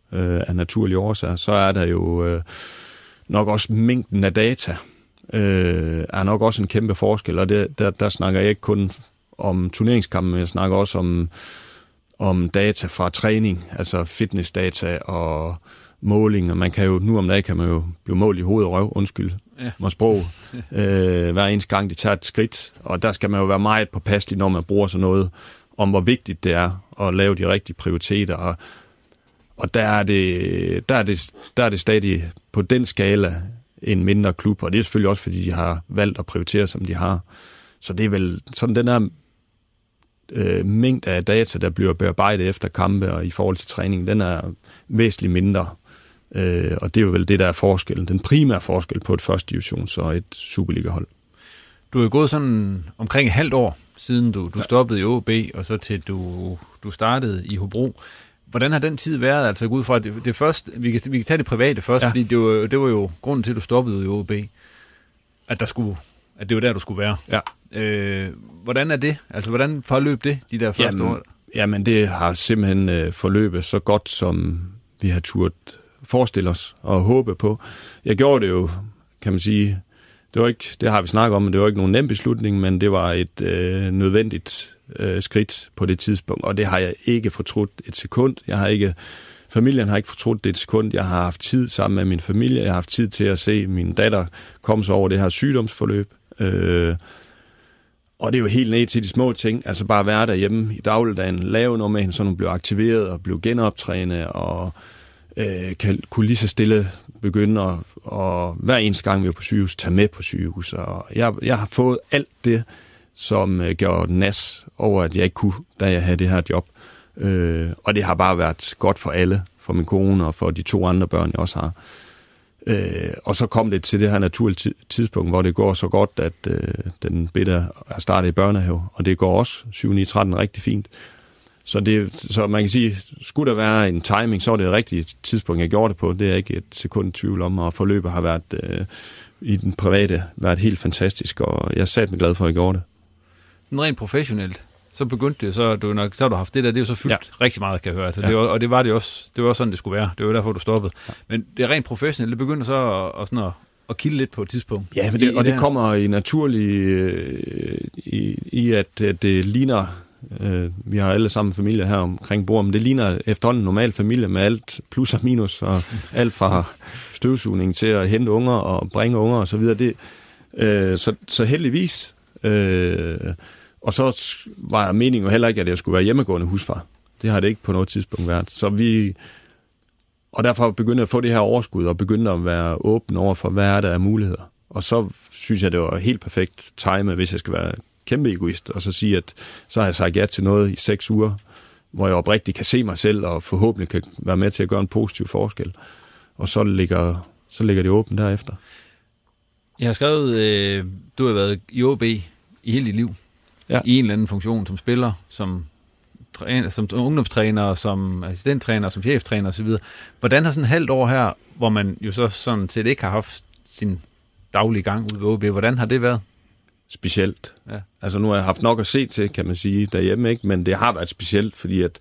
af naturlige årsager, så er der jo nok også mængden af data, er nok også en kæmpe forskel, og der snakker jeg ikke kun om turneringskampen, men jeg snakker også om data fra træning, altså fitnessdata og måling, og man kan jo, nu om dagen kan man jo blive målt i hoved og røv, undskyld, med sprog, hver eneste gang de tager et skridt, og der skal man jo være meget påpasselig, når man bruger sådan noget, om hvor vigtigt det er at lave de rigtige prioriteter, og der er det stadig på den skala en mindre klub, og det er selvfølgelig også, fordi de har valgt at prioritere, som de har. Så det er vel sådan den her mængde af data, der bliver bearbejdet efter kampe og i forhold til træning, den er væsentligt mindre. Og det er jo vel det, der er forskellen. Den primære forskel på et første divisions og et Superliga-hold. Du er jo gået sådan omkring et halvt år, siden du stoppede i OB, og så til du startede i Hobro. Hvordan har den tid været? Altså ud fra det første, vi kan tage det private først, fordi det var jo grunden til, at du stoppede i OB, at det var der, du skulle være. Ja. Hvordan er det? Altså, hvordan forløb det, de der første år? Jamen, det har simpelthen forløbet så godt, som vi har turt forestille os og håbe på. Jeg gjorde det jo, kan man sige, det har vi snakket om, men det var ikke nogen nem beslutning, men det var et nødvendigt skridt på det tidspunkt, og det har jeg ikke fortrudt et sekund. Familien har ikke fortrudt det et sekund. Jeg har haft tid sammen med min familie. Jeg har haft tid til at se min datter komme så over det her sygdomsforløb. Og det er jo helt ned til de små ting. Altså bare være derhjemme i dagligdagen, lave noget med hende, så hun blev aktiveret og blev genoptrænet, og kunne lige så stille begynde og hver eneste gang vi var på sygehus, tage med på sygehus. Og jeg har fået alt det, som gjorde nas over, at jeg ikke kunne, da jeg havde det her job. Og det har bare været godt for alle, for min kone og for de 2 andre børn, jeg også har. Og så kom det til det her naturlige tidspunkt, hvor det går så godt, at den bitte er startet i børnehave, og det går også 7-9-13 rigtig fint. Så man kan sige, skulle der være en timing, så var det et rigtigt tidspunkt, jeg gjorde det på. Det er ikke et sekund tvivl om, og forløbet har været i den private været helt fantastisk, og jeg er satme glad for, at jeg gjorde det. Sådan rent professionelt, så begyndte det, så har du haft det der, det er jo så fyldt rigtig meget, kan jeg høre. Altså, og det var det også, det var sådan, det skulle være. Det var derfor, du stoppede. Ja. Men det er rent professionelt, det begynder så at kilde lidt på et tidspunkt. Ja, men det kommer i naturligt i at det ligner, vi har alle sammen familier her omkring bordet, men det ligner efterhånden en normal familie med alt plus og minus, og alt fra støvsugning til at hente unger og bringe unger og så videre. Så heldigvis. Og så var meningen jo heller ikke, at jeg skulle være hjemmegående husfar. Det har det ikke på noget tidspunkt været. Og derfor begyndte jeg at få det her overskud, og begyndte at være åben over for, hvad er der af muligheder. Og så synes jeg, det var helt perfekt time, hvis jeg skal være kæmpe egoist, og så sige, at så har jeg sagt ja til noget i 6 uger, hvor jeg oprigtigt kan se mig selv, og forhåbentlig kan være med til at gøre en positiv forskel. Og så ligger det åbent derefter. Jeg har skrevet, du har været i OB i hele dit liv. Ja. I en eller anden funktion, som spiller, som ungdomstræner, som assistenttræner, som cheftræner osv. Hvordan har sådan et halvt år her, hvor man jo så sådan set ikke har haft sin daglige gang ude ved OB, hvordan har det været? Specielt. Ja. Altså nu har jeg haft nok at se til, kan man sige, derhjemme, ikke? Men det har været specielt, fordi at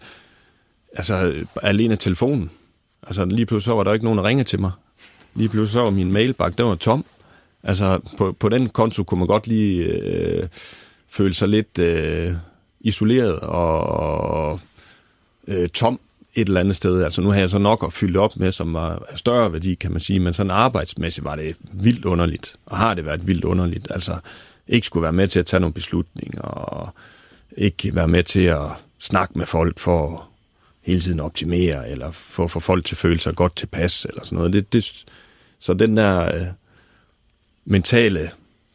alene telefonen, altså lige pludselig så var der ikke nogen, der ringede til mig. Lige pludselig så var min mailbakke, den var tom. Altså på den konto kunne man godt lige føle sig lidt isoleret og tom et eller andet sted. Altså nu har jeg så nok at fylde op med, som var af større værdi, kan man sige, men sådan arbejdsmæssigt var det vildt underligt, og har det været vildt underligt. Altså ikke skulle være med til at tage nogle beslutninger, og ikke være med til at snakke med folk for at hele tiden optimere, eller for at få folk til at føle sig godt tilpas, eller sådan noget. Så den der mentale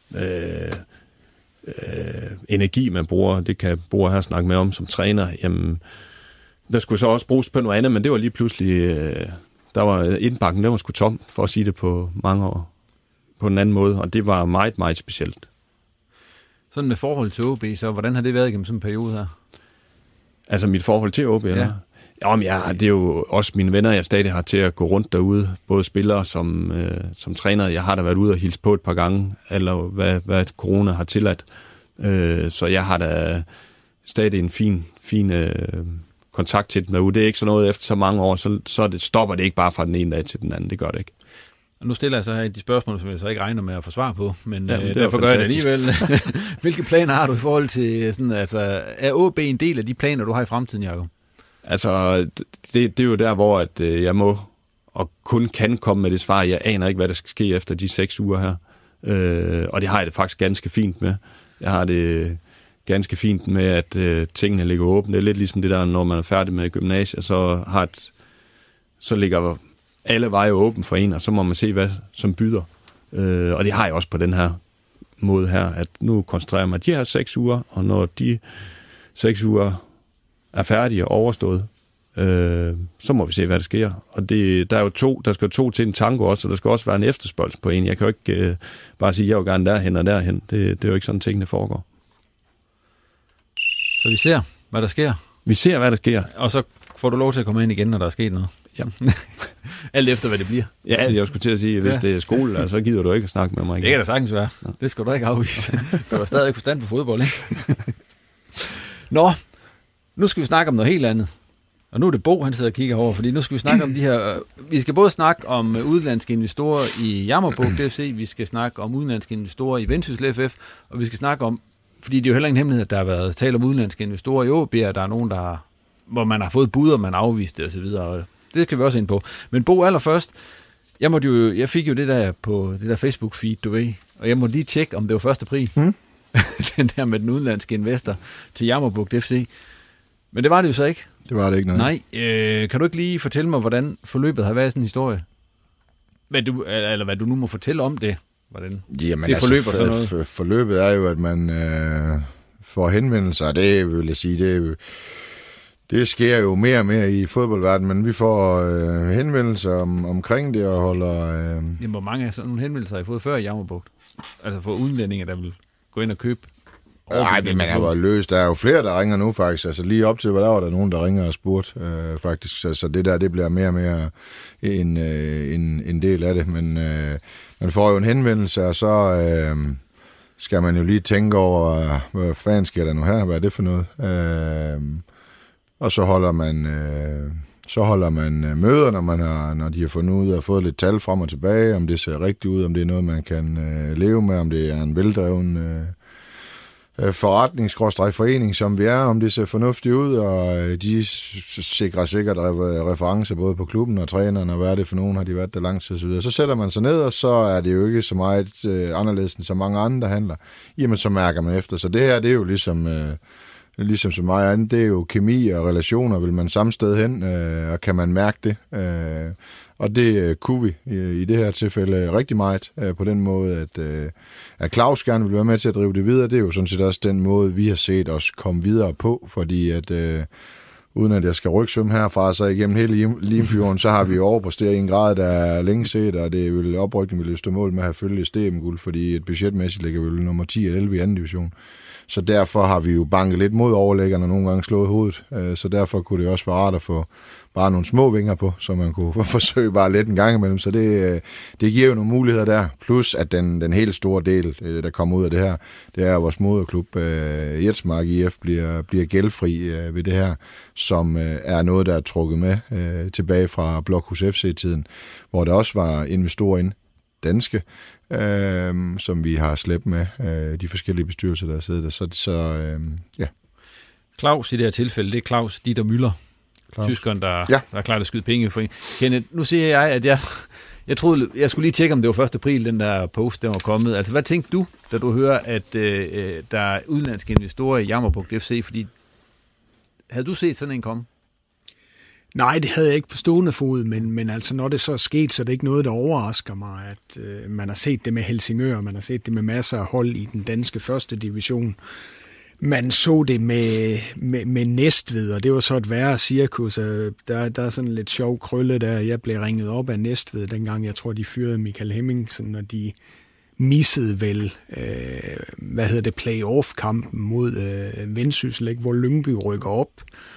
energi, man bruger, det kan Bror her snakke med om som træner, jamen, der skulle så også bruges på noget andet, men det var lige pludselig, der var indbakken, den var sgu tom, for at sige det på mange år, på en anden måde, og det var meget, meget specielt. Sådan med forhold til OB, så hvordan har det været gennem sådan en periode her? Altså mit forhold til OB, eller? Jamen det er jo også mine venner, jeg stadig har til at gå rundt derude, både spillere som træner. Jeg har da været ude og hilse på et par gange, eller hvad corona har tilladt. Så jeg har da stadig en fin kontakt til dem derude. Det er ikke sådan noget, efter så mange år, så stopper det ikke bare fra den ene dag til den anden. Det gør det ikke. Og nu stiller jeg så her de spørgsmål, som jeg så ikke regner med at få svar på, men derfor gør jeg det alligevel. Hvilke planer har du i forhold til, sådan, altså, er AaB en del af de planer, du har i fremtiden, Jacob? Altså, det er jo der, hvor at, jeg må og kun kan komme med det svar. Jeg aner ikke, hvad der skal ske efter de 6 uger her. Og det har jeg det faktisk ganske fint med. Jeg har det ganske fint med, at tingene ligger åbne. Det er lidt ligesom det der, når man er færdig med gymnasiet, så ligger alle veje åbne for en, og så må man se, hvad som byder. Og det har jeg også på den her måde her, at nu koncentrerer jeg mig de her 6 uger, og når de 6 uger er færdige og overstået, så må vi se, hvad der sker. Og der skal jo 2 til en tango også, og der skal også være en efterspørgsel på en. Jeg kan jo ikke bare sige, at jeg vil gerne derhen og derhen. Det er jo ikke sådan, tingene foregår. Så vi ser, hvad der sker. Vi ser, hvad der sker. Og så får du lov til at komme ind igen, når der er sket noget. Ja. Alt efter, hvad det bliver. Ja, jeg skulle til at sige, at hvis det er skole, så gider du ikke at snakke med mig igen. Det kan da sagtens være. Ja. Det skal du ikke afvise. Du har stadig ikke forstand på fodbold, ikke? Nå, nu skal vi snakke om noget helt andet. Og nu er det Bo, han sidder og kigger over, fordi nu skal vi snakke om de her... Vi skal både snakke om udenlandske investorer i Jammerbugt FC, vi skal snakke om udenlandske investorer i Vendsyssel FF, og vi skal snakke om, fordi det er jo heller ingen hemmelighed, at der har været tale om udenlandske investorer i AaB, og der er nogen, hvor man har fået bud, og man afviste det og så videre, og det kan vi også ind på. Men Bo, allerførst, jeg fik jo det der på det der Facebook-feed, du ved, og jeg må lige tjekke, om det var 1. april. Den der med den udenlandske investor til Jammerbugt FC. Men det var det jo så ikke. Det var det ikke, nej. Kan du ikke lige fortælle mig, hvordan forløbet har været i sådan en historie? Hvad du nu må fortælle om det? Hvordan det forløber sådan noget? Forløbet er jo, at man får henvendelser, det vil jeg sige, det sker jo mere og mere i fodboldverdenen, men vi får henvendelser omkring det og holder... Jamen, hvor mange af sådan nogle henvendelser har I fået før i Jammerbugt? Altså for udlændinge, der vil gå ind og købe? Nej, men man har jo løst. Der er jo flere, der ringer nu faktisk. Altså lige op til, hvad der var der nogen, der ringer og spurgte faktisk. Så det der, det bliver mere og mere en del af det. Men man får jo en henvendelse, og så skal man jo lige tænke over, hvad fanden sker der nu her? Hvad er det for noget? Og så holder man møder, når de har fundet ud af og fået lidt tal frem og tilbage, om det ser rigtigt ud, om det er noget, man kan leve med, om det er en veldreven forening, som vi er, om det ser fornuftigt ud, og de sikrer sikkert referencer både på klubben og træneren, og hvad er det for nogen, har de været der lang tid og så videre. Så sætter man sig ned, og så er det jo ikke så meget anderledes end så mange andre, der handler. Jamen, så mærker man efter. Så det her, det er jo ligesom så meget andet, det er jo kemi og relationer, vil man samme sted hen, og kan man mærke det. Og det kunne vi i det her tilfælde rigtig meget på den måde, at Claus gerne vil være med til at drive det videre. Det er jo sådan set også den måde, vi har set os komme videre på, fordi at uden at jeg skal rygsvømme herfra, så igennem hele Limfjorden, så har vi overpræsteret i en grad, der er længe set, og det vil oprykning vil stå mål med at have følge STM-guld, fordi et budgetmæssigt ligger vel nummer 10 eller 11 i anden division. Så derfor har vi jo banket lidt mod overlæggerne og nogle gange slået hovedet. Så derfor kunne det også være rart at få bare nogle små vinger på, så man kunne forsøge bare lidt en gang imellem. Så det giver jo nogle muligheder der. Plus at den helt store del, der kommer ud af det her, det er, at vores moderklub Jetsmark IF bliver gældfri ved det her, som er noget, der er trukket med tilbage fra Blokhus FC-tiden, hvor der også var investorer inde, danske, som vi har slæbt med de forskellige bestyrelser, der sidder der. Ja. Claus i det her tilfælde, det er Claus Dieter Müller, tyskeren, der er klar til at skyde penge for en. Kenneth, nu siger jeg, at jeg troede, jeg skulle lige tjekke, om det var 1. april, den der post, der var kommet. Altså, hvad tænkte du, da du hører, at der er udenlandske investorer i Jammerbugt FC? Fordi havde du set sådan en komme? Nej, det havde jeg ikke på stående fod, men altså når det så er sket, så er det ikke noget, der overrasker mig, at man har set det med Helsingør, man har set det med masser af hold i den danske første division. Man så det med Næstved, og det var så et værre cirkus. Der er sådan lidt sjov krølle der. Jeg blev ringet op af Næstved dengang, jeg tror, de fyrede Michael Hemmingsen, og de missede vel, playoff-kampen mod Vendsyssel, hvor Lyngby rykker op.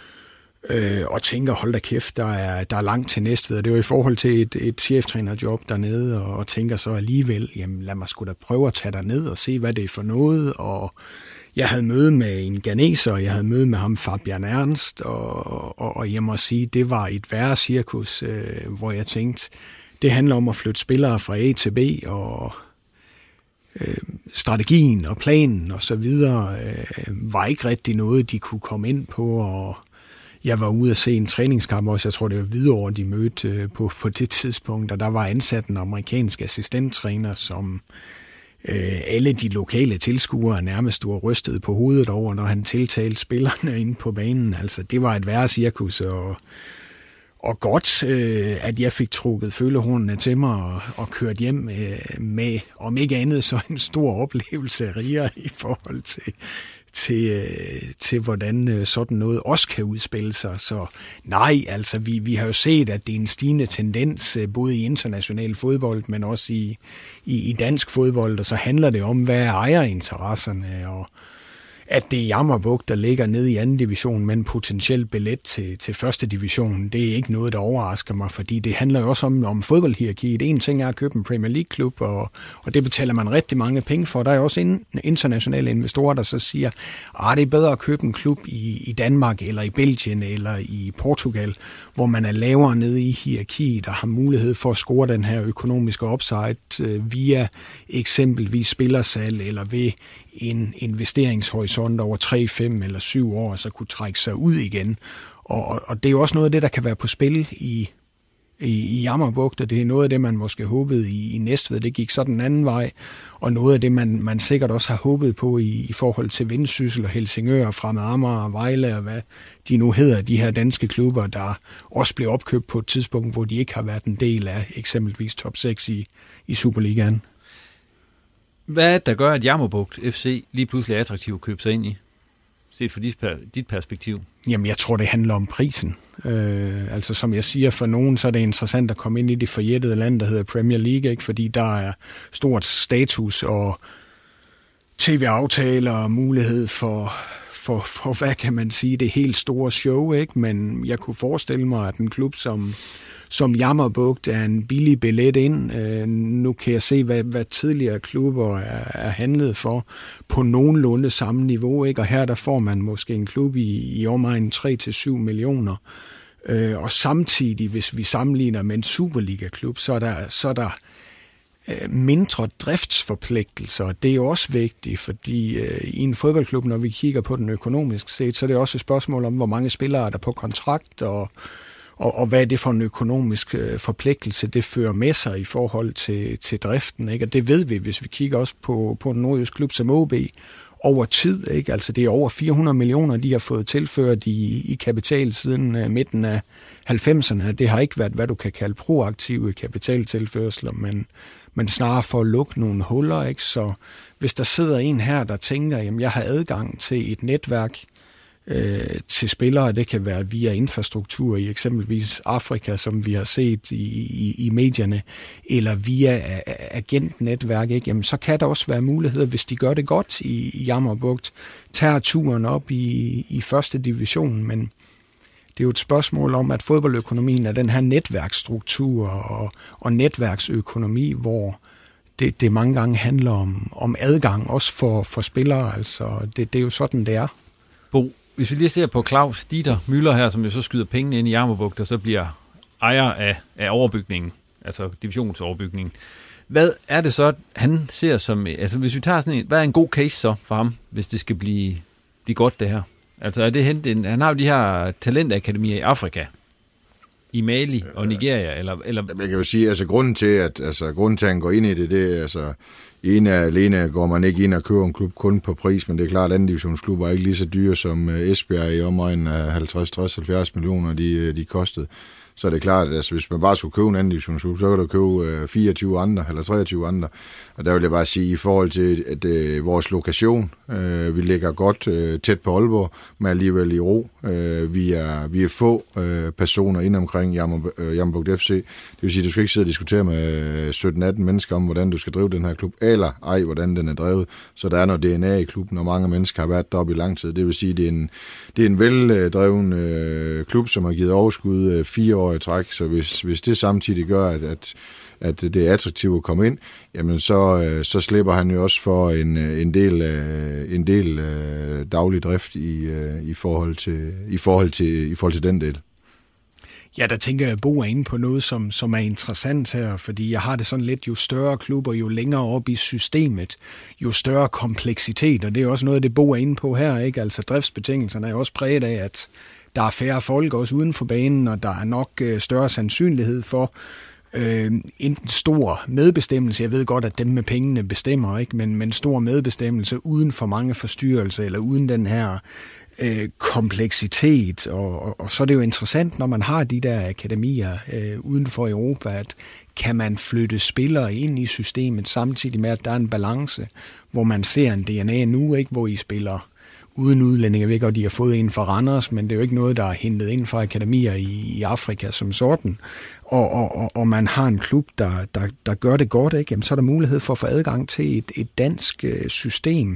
Og tænker, hold da kæft, der er langt til Næstved. Det var i forhold til et cheftrænerjob dernede, og tænker så alligevel, jamen lad mig sgu da prøve at tage derned og se, hvad det er for noget, og Jeg havde møde med en ghaneser, og jeg havde møde med ham, Fabian Ernst, og jeg må sige, det var et værre cirkus, hvor jeg tænkte, det handler om at flytte spillere fra A til B, og strategien og planen og så videre var ikke rigtig noget, de kunne komme ind på, og jeg var ude at se en træningskamp også, jeg tror det var Hvidovre, de mødte på det tidspunkt, og der var ansat en amerikansk assistenttræner, som alle de lokale tilskuere nærmest var rystet på hovedet over, når han tiltalte spillerne inde på banen. Altså, det var et værre cirkus, og godt, at jeg fik trukket følehornene til mig og kørt hjem med, om ikke andet, så en stor oplevelse af riger i forhold til hvordan sådan noget også kan udspille sig. Så nej, altså vi har jo set, at det er en stigende tendens, både i international fodbold, men også i dansk fodbold, og så handler det om, hvad er ejerinteresserne, og at det er Jammerbugt, der ligger nede i anden division, men potentielt billet til første division, det er ikke noget, der overrasker mig, fordi det handler jo også om fodboldhierarkiet. En ting er at købe en Premier League-klub, og det betaler man rigtig mange penge for. Der er jo også internationale investorer, der så siger, det er bedre at købe en klub i Danmark, eller i Belgien, eller i Portugal, hvor man er lavere nede i hierarkiet, og har mulighed for at score den her økonomiske upside via eksempelvis spillersalg, eller ved en investeringshorisont over 3, 5 eller 7 år, så kunne trække sig ud igen. Og det er jo også noget af det, der kan være på spil i Jammerbugt, og det er noget af det, man måske håbede i Næstved. Det gik så den anden vej, og noget af det, man sikkert også har håbet på i forhold til Vendsyssel og Helsingør, Fremad Amager og Vejle, og hvad de nu hedder, de her danske klubber, der også blev opkøbt på et tidspunkt, hvor de ikke har været en del af eksempelvis top 6 i Superligaen. Hvad der gør, at Jammerbugt FC lige pludselig er attraktiv at købe sig ind i, set fra dit perspektiv? Jamen, jeg tror, det handler om prisen. Altså, som jeg siger, for nogen, så er det interessant at komme ind i det forjættede land, der hedder Premier League, ikke? Fordi der er stort status og tv-aftaler og mulighed for, hvad kan man sige, det helt store show, ikke? Men jeg kunne forestille mig, at en klub som Jammerbugt er en billig billet ind. Nu kan jeg se, hvad tidligere klubber er handlet for på nogenlunde samme niveau, ikke? Og her der får man måske en klub i omegnen 3-7 millioner. Og samtidig, hvis vi sammenligner med en Superliga-klub, så er der mindre driftsforpligtelser. Det er jo også vigtigt, fordi i en fodboldklub, når vi kigger på den økonomisk set, så er det også et spørgsmål om, hvor mange spillere er der på kontrakt, og hvad er det for en økonomisk forpligtelse, det fører med sig i forhold til driften, ikke? Og det ved vi, hvis vi kigger også på en nordjysk klub som OB over tid, ikke? Altså det er over 400 millioner, de har fået tilført i kapital siden midten af 90'erne. Det har ikke været, hvad du kan kalde proaktive kapitaltilførsler, men snarere for at lukke nogle huller, ikke? Så hvis der sidder en her, der tænker, jamen jeg har adgang til et netværk til spillere, det kan være via infrastruktur i eksempelvis Afrika, som vi har set i medierne, eller via agentnetværk, ikke? Jamen, så kan der også være muligheder, hvis de gør det godt i Jammerbugt, tager turen op i første division, men det er jo et spørgsmål om, at fodboldøkonomien er den her netværksstruktur og netværksøkonomi, hvor det mange gange handler om adgang, også for spillere, altså det er jo sådan, det er. Bo, hvis vi lige ser på Claus Dieter Müller her, som jo så skyder pengene ind i Jammerbugt, og så bliver ejer af overbygningen, altså divisionsoverbygningen. Hvad er det så, han ser som, altså hvis vi tager sådan en, hvad er en god case så for ham, hvis det skal blive godt det her? Altså er det han har jo de her talentakademier i Afrika, i Mali og Nigeria, eller? Jeg kan jo sige, altså grunden til, at han går ind i det er altså, en af alene går man ikke ind og køber en klub kun på pris, men det er klart, at anden divisionsklubber er ikke lige så dyre som Esbjerg i omegnen af 50, 60, 70 millioner, de kostede. Så er det klart, at altså, hvis man bare skulle købe en anden divisionsklub, så kan du købe 24 andre eller 23 andre. Og der vil jeg bare sige, i forhold til at vores lokation, vi ligger godt tæt på Aalborg, men alligevel i ro. Vi er få personer inde omkring Jammerbugt FC. Det vil sige, at du skal ikke sidde og diskutere med 17-18 mennesker om, hvordan du skal drive den her klub, eller hvordan den er drevet. Så der er noget DNA i klubben, og mange mennesker har været deroppe i lang tid. Det vil sige, at det er en veldreven klub, som har givet overskud 4 år i træk, så hvis det samtidig gør, at det er attraktivt at komme ind, jamen så slipper han jo også for en del daglig drift i forhold til den del. Ja, der tænker jeg, Bo er inde på noget, som er interessant her, fordi jeg har det sådan lidt, jo større klubber, jo længere op i systemet, jo større kompleksitet, og det er også noget af det, Bo er inde på her, ikke? Altså driftsbetingelserne er også præget af, at der er færre folk også uden for banen, og der er nok større sandsynlighed for enten stor medbestemmelse, jeg ved godt, at dem med pengene bestemmer, ikke? Men stor medbestemmelse uden for mange forstyrrelser, eller uden den her kompleksitet, og så er det jo interessant, når man har de der akademier uden for Europa, at kan man flytte spillere ind i systemet, samtidig med, at der er en balance, hvor man ser en DNA nu, ikke, hvor I spiller uden udlændinge. Jeg ved godt, de har fået en fra Randers, men det er jo ikke noget, der er hentet ind fra akademier i Afrika som sådan. Og man har en klub, der gør det godt, ikke? Jamen, så er der mulighed for at få adgang til et dansk system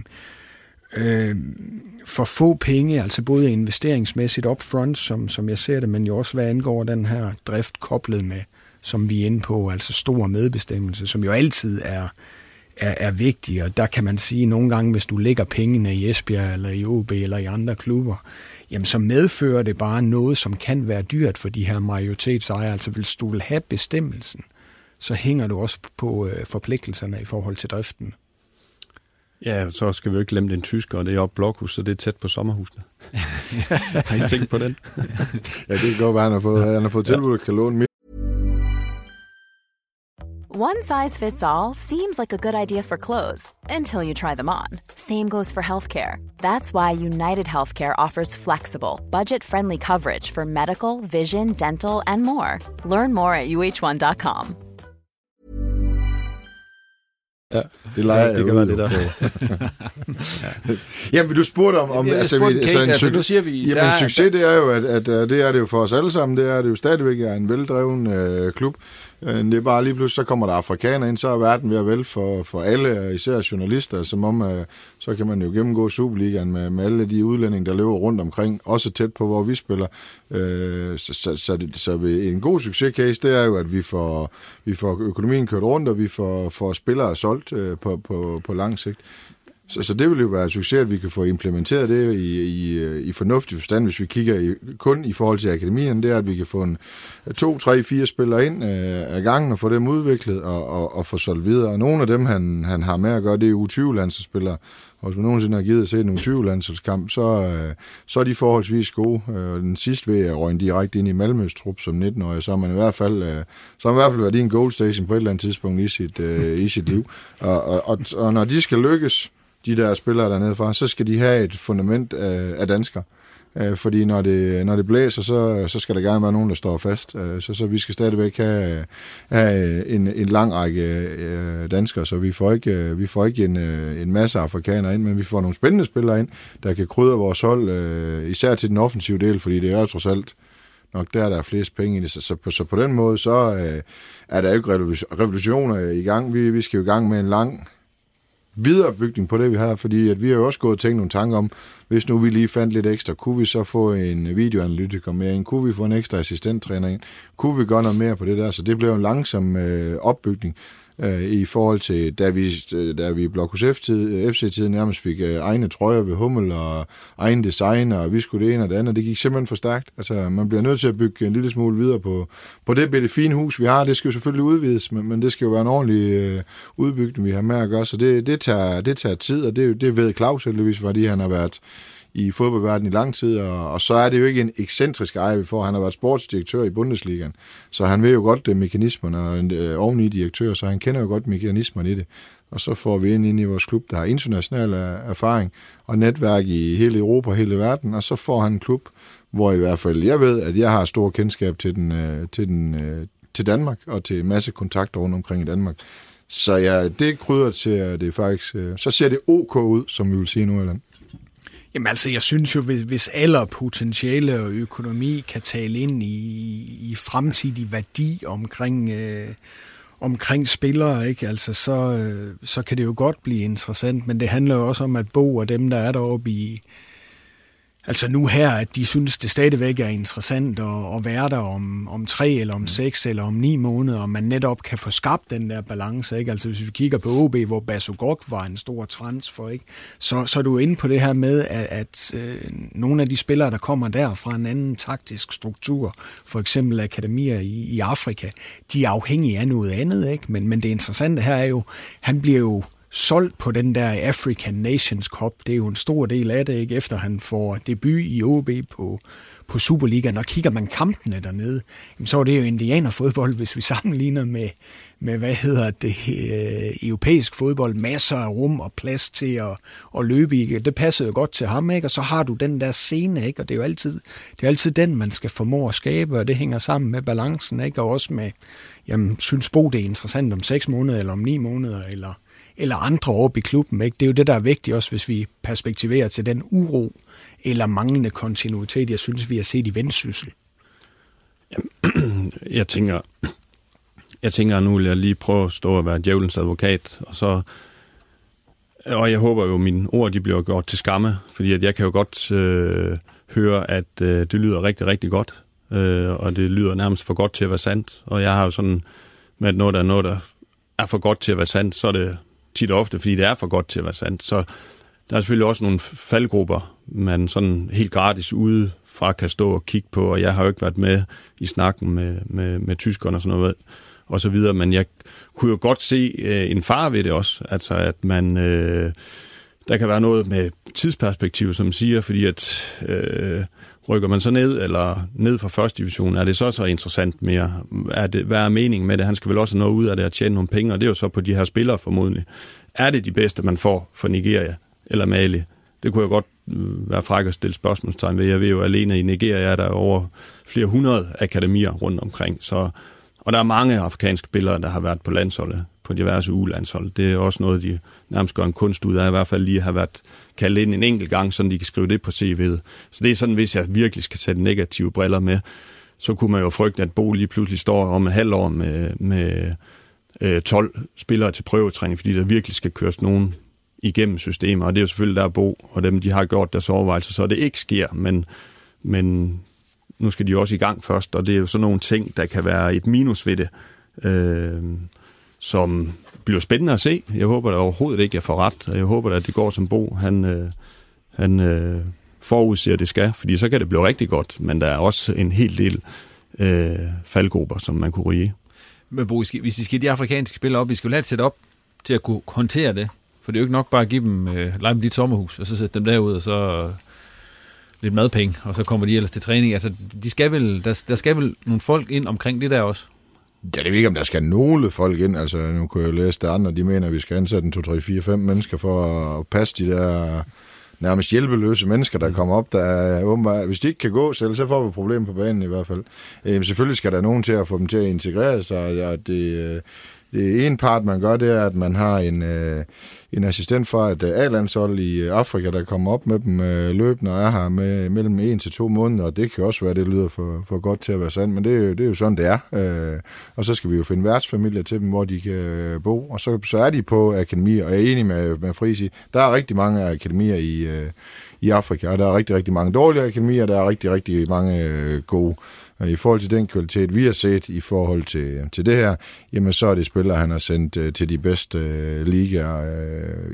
for få penge, altså både investeringsmæssigt upfront, som jeg ser det, men jo også hvad angår den her drift koblet med, som vi er inde på, altså stor medbestemmelse, som jo altid er vigtig, og der kan man sige nogle gange, hvis du lægger pengene i Esbjerg eller i OB eller i andre klubber, jamen så medfører det bare noget, som kan være dyrt for de her majoritetsejere. Altså hvis du vil have bestemmelsen, så hænger du også på forpligtelserne i forhold til driften. Ja, så skal vi jo ikke glemme den tysker, og det er oppe Blokhus, så det er tæt på sommerhusene. Har I tænkt på den? Ja, det kan godt være, han har fået tilbudt at kan låne mere. One size fits all seems like a good idea for clothes until you try them on. Same goes for healthcare. That's why United Healthcare offers flexible, budget-friendly coverage for medical, vision, dental, and more. Learn more at uh1.com. Ja, det leger det kan være det der. Jamen, du spurgte om en succes, det er jo, at det er det jo for os alle sammen, det er det jo stadigvæk en veldreven klub. Det er bare lige pludselig, så kommer der afrikanere ind, så er verden ved at vælge for alle, især journalister, som om, så kan man jo gennemgå Superligaen med alle de udlændinge, der løber rundt omkring, også tæt på, hvor vi spiller. Så en god succescase, det er jo, at vi får økonomien kørt rundt, og vi får spillere solgt på lang sigt. Så det vil jo være et succes, at vi kan få implementeret det i fornuftig forstand, hvis vi kigger kun i forhold til akademien, det er, at vi kan få 2, 3, 4 spillere ind af gangen og få dem udviklet og få solgt videre. Og nogle af dem, han har med at gøre, det er U20-landsspillere. Og hvis man nogensinde har givet at se en U20-landskamp, så er de forholdsvis gode. Den sidste ved at røgne direkte ind i Malmøs trup som 19-årig, så har man i hvert fald været i en goal station på et eller andet tidspunkt i sit liv. Og når de skal lykkes, de der spillere dernede fra, så skal de have et fundament af danskere. Fordi når det blæser, så skal der gerne være nogen, der står fast. Så vi skal stadigvæk have en lang række danskere, så vi får ikke en masse afrikanere ind, men vi får nogle spændende spillere ind, der kan krydre vores hold, især til den offensive del, fordi det er jo trods alt nok der er flest penge i det. Så på den måde, så er der jo ikke revolutioner i gang. Vi skal jo i gang med en lang viderebygning på det, vi har, fordi at vi har jo også gået og tænkt nogle tanker om, hvis nu vi lige fandt lidt ekstra, kunne vi så få en videoanalytiker med ind, kunne vi få en ekstra assistenttræner ind, kunne vi gøre noget mere på det der, så det blev en langsom opbygning i forhold til, da vi i Blokhus FC-tiden nærmest fik egne trøjer ved Hummel og egen design, og vi skulle det ene og det andet, det gik simpelthen for stærkt. Altså, man bliver nødt til at bygge en lille smule videre på det fine hus, vi har. Det skal jo selvfølgelig udvides, men det skal jo være en ordentlig udbygning, vi har med at gøre, så det tager tid, og det ved Claus heldigvis, fordi han har været i fodboldverdenen i lang tid, og så er det jo ikke en ekscentrisk ejer, vi får. Han har været sportsdirektør i Bundesligaen, så han ved jo godt mekanismerne, og oveni direktør, så han kender jo godt mekanismerne i det. Og så får vi ind i vores klub, der har international erfaring og netværk i hele Europa og hele verden, og så får han en klub, hvor i hvert fald jeg ved, at jeg har stor kendskab til Danmark, og til en masse kontakter rundt omkring i Danmark. Så ja, det krydder til, at det faktisk, så ser det OK ud, som vi vil sige nu. Eller? Jamen altså, jeg synes jo, hvis alder, potentiale og økonomi kan tale ind i fremtidig værdi omkring spillere, ikke? Altså, så kan det jo godt blive interessant, men det handler jo også om, at Bo og dem, der er deroppe Altså nu her, at de synes, det stadigvæk er interessant at være der om 3 eller om 6 eller om 9 måneder, og man netop kan få skabt den der balance, ikke? Altså hvis vi kigger på OB, hvor Basogok var en stor transfer, ikke? Så er du inde på det her med, at nogle af de spillere, der kommer der fra en anden taktisk struktur, for eksempel akademier i Afrika, de er afhængige af noget andet, ikke? Men det interessante her er jo, han bliver jo solgt på den der African Nations Cup. Det er jo en stor del af det, ikke? Efter han får debut i OB på Superligaen, og kigger man kampene dernede, så er det jo indianerfodbold, hvis vi sammenligner med hvad hedder det, europæisk fodbold, masser af rum og plads til at løbe i. Det passer jo godt til ham, ikke? Og så har du den der scene, ikke? Og det er jo altid den, man skal formå at skabe, og det hænger sammen med balancen, ikke? Og også med, synes Bo, det er interessant om 6 måneder, eller om 9 måneder, eller andre op i klubben, ikke? Det er jo det, der er vigtigt også, hvis vi perspektiverer til den uro eller manglende kontinuitet, jeg synes, vi har set i Vendsyssel. Jeg tænker, nu vil jeg lige prøve at stå og være djævelens advokat, og jeg håber jo, at mine ord de bliver gjort til skamme, fordi at jeg kan jo godt høre, at det lyder rigtig, rigtig godt, og det lyder nærmest for godt til at være sandt, og jeg har jo sådan, med at noget, der er for godt til at være sandt, så er det tit og ofte, fordi det er for godt til at være sandt. Så der er selvfølgelig også nogle faldgrupper, man sådan helt gratis udefra kan stå og kigge på, og jeg har jo ikke været med i snakken med tyskerne og sådan noget, og så videre, men jeg kunne jo godt se en fare ved det også, altså at man, der kan være noget med tidsperspektiv, som siger, fordi at rykker man så ned fra første division, er det så interessant mere? Hvad er meningen med det? Han skal vel også have noget ud af det at tjene nogle penge, og det er jo så på de her spillere formodentlig. Er det de bedste, man får for Nigeria eller Mali? Det kunne jeg godt være fræk at stille spørgsmålstegn ved. Jeg ved jo, alene i Nigeria er der over flere 100 akademier rundt omkring, og der er mange afrikanske spillere, der har været på landsholdet, på diverse ugelandshold. Det er også noget, de nærmest gør en kunst ud af, i hvert fald lige har været kaldt ind en enkelt gang, så de kan skrive det på CV'et. Så det er sådan, hvis jeg virkelig skal sætte negative briller med, så kunne man jo frygte, at Bo lige pludselig står om et halvt år med 12 spillere til prøvetræning, fordi der virkelig skal køres nogen igennem systemer, og det er jo selvfølgelig der Bo, og dem, de har gjort deres overvejelser, så det ikke sker, men nu skal de jo også i gang først, og det er jo sådan nogle ting, der kan være et minus ved det, som bliver spændende at se. Jeg håber da overhovedet ikke, jeg får ret, og jeg håber da, at det går som Bo, han forudser, det skal, fordi så kan det blive rigtig godt, men der er også en hel del faldgrupper, som man kunne ryge. Men Bo, hvis I skal de afrikanske spillere op, I skal jo lade sætte op til at kunne håndtere det, for det er jo ikke nok bare at give dem, lege dem dit sommerhus, og så sætte dem derud, og så lidt madpenge, og så kommer de ellers til træning. Altså, der skal vel nogle folk ind omkring det der også? Ja, det ved ikke, om der skal nogle folk ind. Altså, nu kunne jeg jo læse det andre, de mener, at vi skal ansætte 2, 3, 4, 5 mennesker for at passe de der nærmest hjælpeløse mennesker, der kommer op. Der er åbenbart, hvis de ikke kan gå selv, så får vi problemer på banen i hvert fald. Selvfølgelig skal der nogen til at få dem til at integrere sig, og det en part, man gør, det er, at man har en assistent fra et A-landshold i Afrika, der kommer op med dem løbende og er her med mellem 1 til 2 måneder, og det kan også være, det lyder for godt til at være sandt, men det er jo sådan, det er. Og så skal vi jo finde værtsfamilier til dem, hvor de kan bo, og så er de på akademier, og jeg er enig med Friis, der er rigtig mange akademier i Afrika, og der er rigtig, rigtig mange dårlige akademier, og der er rigtig, rigtig mange gode. Og i forhold til den kvalitet, vi har set i forhold til det her, jamen så er det spillere, han har sendt til de bedste ligaer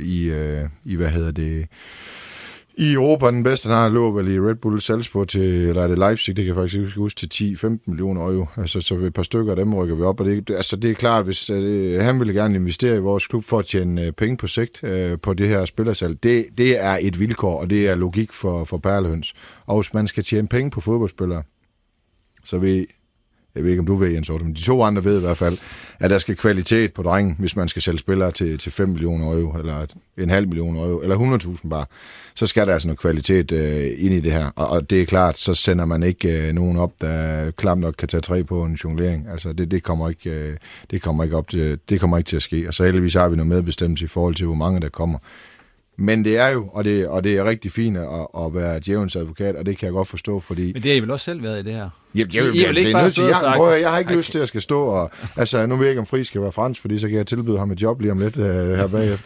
i Europa. Den bedste, han har lå vel i Red Bull Salzburg til, eller er det Leipzig, det kan jeg faktisk ikke huske, til 10-15 millioner euro. Altså, så et par stykker af dem rykker vi op, og det er klart, hvis han ville gerne investere i vores klub for at tjene penge på sigt på det her spillersalg. Det er et vilkår, og det er logik for perlehøns. Og hvis man skal tjene penge på fodboldspillere, så jeg ved ikke, om du ved, Jens Otto, men de 2 andre ved i hvert fald, at der skal kvalitet på drengen, hvis man skal sælge spillere til 5 millioner euro, eller 1,5 millioner euro, eller 100.000 bare. Så skal der altså noget kvalitet ind i det her. Og det er klart, så sender man ikke nogen op, der klart nok kan tage 3 på en jonglering. Altså, det kommer ikke til at ske. Og så heldigvis har vi noget medbestemmelse i forhold til, hvor mange der kommer. Men det er jo, og det er rigtig fint at være djævelens advokat, og det kan jeg godt forstå, fordi... Men det har I vel også selv været i det her? Jeg har ikke lyst til at skal stå og... Altså, nu ved jeg ikke, om Friis skal være fransk, fordi så kan jeg tilbyde ham et job lige om lidt her bagefter.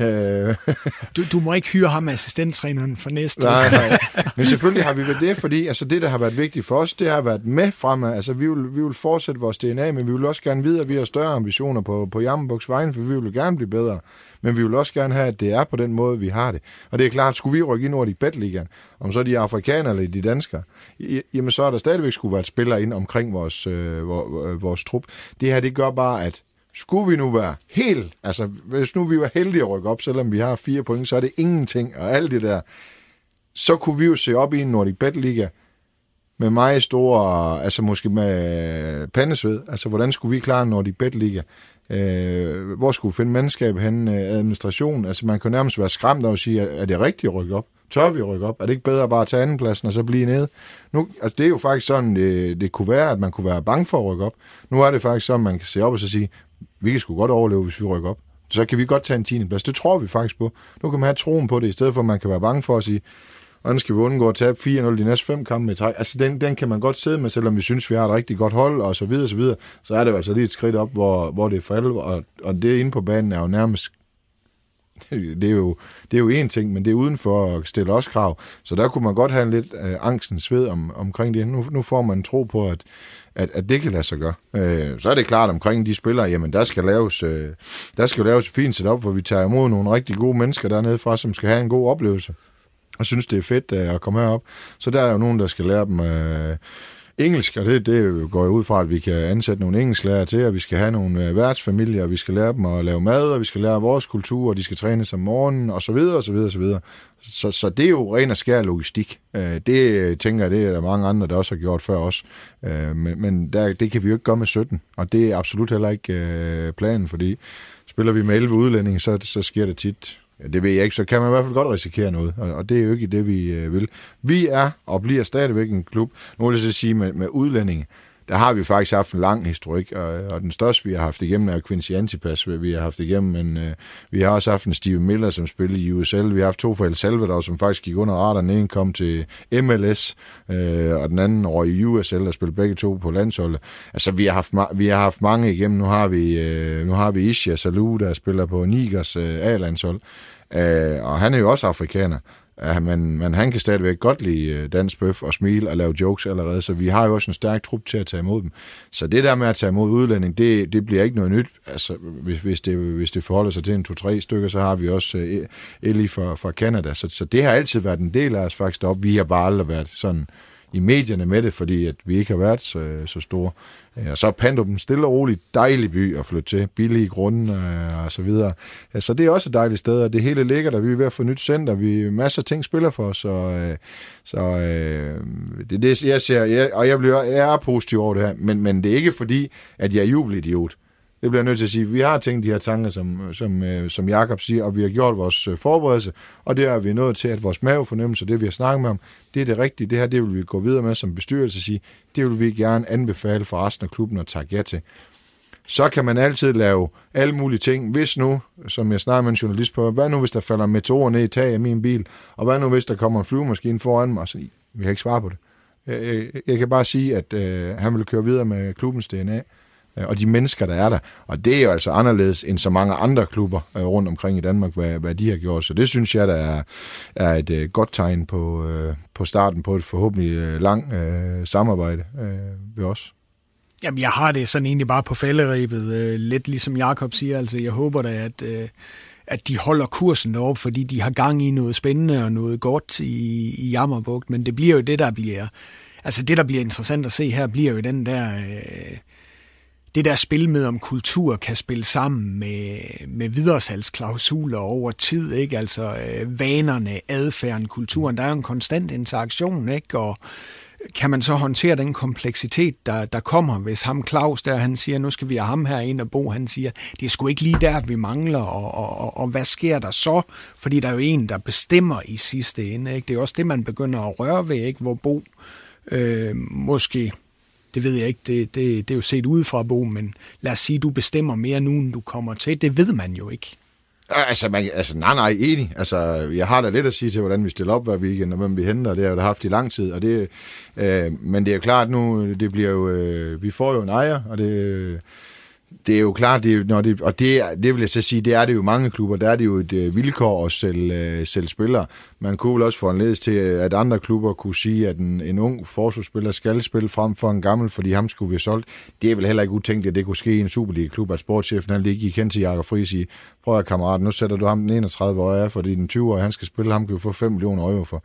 Du må ikke hyre ham assistenttræneren for næste år. Nej. Men selvfølgelig har vi været det, fordi altså, det, der har været vigtigt for os, det har været med fremad. Altså, vi vil fortsætte vores DNA, men vi vil også gerne vide, at vi har større ambitioner på Jammerbugs vejen, for vi vil gerne blive bedre. Men vi vil også gerne have, at det er på den måde, vi har det. Og det er klart, skulle vi rykke ind over de Bet-ligaen, om så de afrikanere eller de danskere, jamen så er der stadigvæk skulle være et spiller ind omkring vores trup. Det her, det gør bare, at skulle vi nu være helt, altså hvis nu vi var heldige at rykke op, selvom vi har 4 point, så er det ingenting, og alt det der, så kunne vi jo se op i en Nordic Bet-liga med meget store, altså måske med pandesved, altså hvordan skulle vi klare en Nordic Bet-liga? Hvor skulle vi finde mandskab hen, administration? Altså man kan nærmest være skræmt af at sige, er det rigtigt at rykke op? Tør vi at rykke op? Er det ikke bedre bare at tage andenpladsen og så blive nede? Nu, altså det er jo faktisk sådan, det kunne være, at man kunne være bange for at rykke op. Nu er det faktisk sådan, man kan se op og så sige, vi kan sgu godt overleve, hvis vi rykker op. Så kan vi godt tage en 10. plads. Det tror vi faktisk på. Nu kan man have troen på det, i stedet for at man kan være bange for at sige, hvordan skal vi undgå at tabe 4-0 de næste 5 kampe i træk? Altså den kan man godt sidde med, selvom vi synes, vi har et rigtig godt hold, og så videre, så videre. Så er det altså lige et skridt op, hvor det er for alvor, og det inde på banen er jo nærmest, det er jo en ting, men det er uden for at stille os krav. Så der kunne man godt have en lidt angstens ved omkring det. Nu får man en tro på, at det kan lade sig gøre. Så er det klart omkring de spillere, jamen der skal laves fint setup, hvor vi tager imod nogle rigtig gode mennesker dernede fra, som skal have en god oplevelse. Og synes, det er fedt at komme herop. Så der er jo nogen, der skal lære dem engelsk, og det går jo ud fra, at vi kan ansætte nogle engelsklærer til, og vi skal have nogle værtsfamilier, og vi skal lære dem at lave mad, og vi skal lære vores kultur, og de skal trænes om morgenen, og så videre, og så videre, og så videre. Så det er jo ren og skær logistik. Det tænker jeg, det er der mange andre, der også har gjort før os. Men det kan vi jo ikke gøre med 17, og det er absolut heller ikke planen, fordi spiller vi med 11 udlændinge, så sker det tit. Ja, det ved jeg ikke, så kan man i hvert fald godt risikere noget, og det er jo ikke det, vi vil. Vi er og bliver stadigvæk en klub, nu vil jeg så sige med udlændinge, der har vi faktisk haft en lang historik, og den største, vi har haft igennem, er Quincy Antipas, vi har haft igennem, men vi har også haft en Steve Miller, som spillede i USL, vi har haft 2 fra El Salvador, som faktisk gik under radaren, en kom til MLS, og den anden over i USL, der spillede begge 2 på landsholdet. Altså, vi har haft mange igennem, nu har vi Isha Salou, der spiller på Nigers A-landshold, og han er jo også afrikaner. Men han kan stadigvæk godt lide dansk bøf og smile og lave jokes allerede, så vi har jo også en stærk trup til at tage imod dem. Så det der med at tage imod udlænding, det bliver ikke noget nyt. Altså, hvis det forholder sig til en 2-3 stykker, så har vi også Ellie fra Canada. Så det har altid været en del af os faktisk deroppe. Vi har bare aldrig været sådan i medierne med det, fordi at vi ikke har været så store. Og så er Pandrup en stille og rolig dejlig by at flytte til, billige grunde og så videre. Så det er også et dejligt sted, og det hele ligger der. Vi er ved at få nyt center, vi masser af ting spiller for os, så det er det, jeg ser, og jeg er positiv over det her, men det er ikke fordi, at jeg er jubelidiot. Det bliver jeg nødt til at sige. Vi har tænkt de her tanker, som Jakob siger, og vi har gjort vores forberedelse, og det er vi nået til, at vores mavefornemmelse, det vi har snakket med om, det er det rigtige. Det her, det vil vi gå videre med som bestyrelse og sige, det vil vi gerne anbefale for resten af klubben at takke ja til. Så kan man altid lave alle mulige ting. Hvis nu, som jeg snakker med en journalist på, hvad nu hvis der falder meteorer ned i taget af min bil, og hvad nu hvis der kommer en flyvemaskine foran mig, så vi kan ikke svare på det. Jeg kan bare sige, at han vil køre videre med klubbens DNA, og de mennesker, der er der. Og det er jo altså anderledes end så mange andre klubber rundt omkring i Danmark, hvad de har gjort. Så det synes jeg, der er et godt tegn på starten på et forhåbentlig lang samarbejde ved os. Jamen, jeg har det sådan egentlig bare på falderebet, lidt ligesom Jakob siger. Altså, jeg håber da, at de holder kursen deroppe, fordi de har gang i noget spændende og noget godt i Jammerbugt. Men det bliver jo det, der bliver... Altså, det, der bliver interessant at se her, bliver jo den der... Det der spil med, om kultur kan spille sammen med videresalgsklausuler over tid, ikke? Altså vanerne, adfærden, kulturen, der er jo en konstant interaktion, ikke? Og kan man så håndtere den kompleksitet, der kommer, hvis ham Claus der, han siger, nu skal vi have ham her ind og Bo, han siger, det er sgu ikke lige der, vi mangler, og hvad sker der så? Fordi der er jo en, der bestemmer i sidste ende, ikke? Det er også det, man begynder at røre ved, ikke? Hvor Bo måske... Det ved jeg ikke, det er jo set udefra, Bo, men lad os sige, du bestemmer mere nu, end du kommer til. Det ved man jo ikke. Nej, enig. Altså, jeg har da lidt at sige til, hvordan vi stiller op hver weekend, og hvem vi henter, det har jeg da haft i lang tid, og det, men det er jo klart nu, det bliver jo, vi får jo en ejer, og det er jo klart, det vil jeg så sige, det er det jo mange klubber, der er det jo et vilkår at sælge spillere. Man kunne vel også få en ledelse til, at andre klubber kunne sige, at en ung forsvarsspiller skal spille frem for en gammel, fordi ham skulle vi have solgt. Det er vel heller ikke utænkt, at det kunne ske i en Superliga-klub, at sportschefen han lige gik hen til Jakob Friis og prøv at kammerat, nu sætter du ham den 31 år af, fordi den 20-årige, han skal spille, ham kan jo få 5 millioner euro for.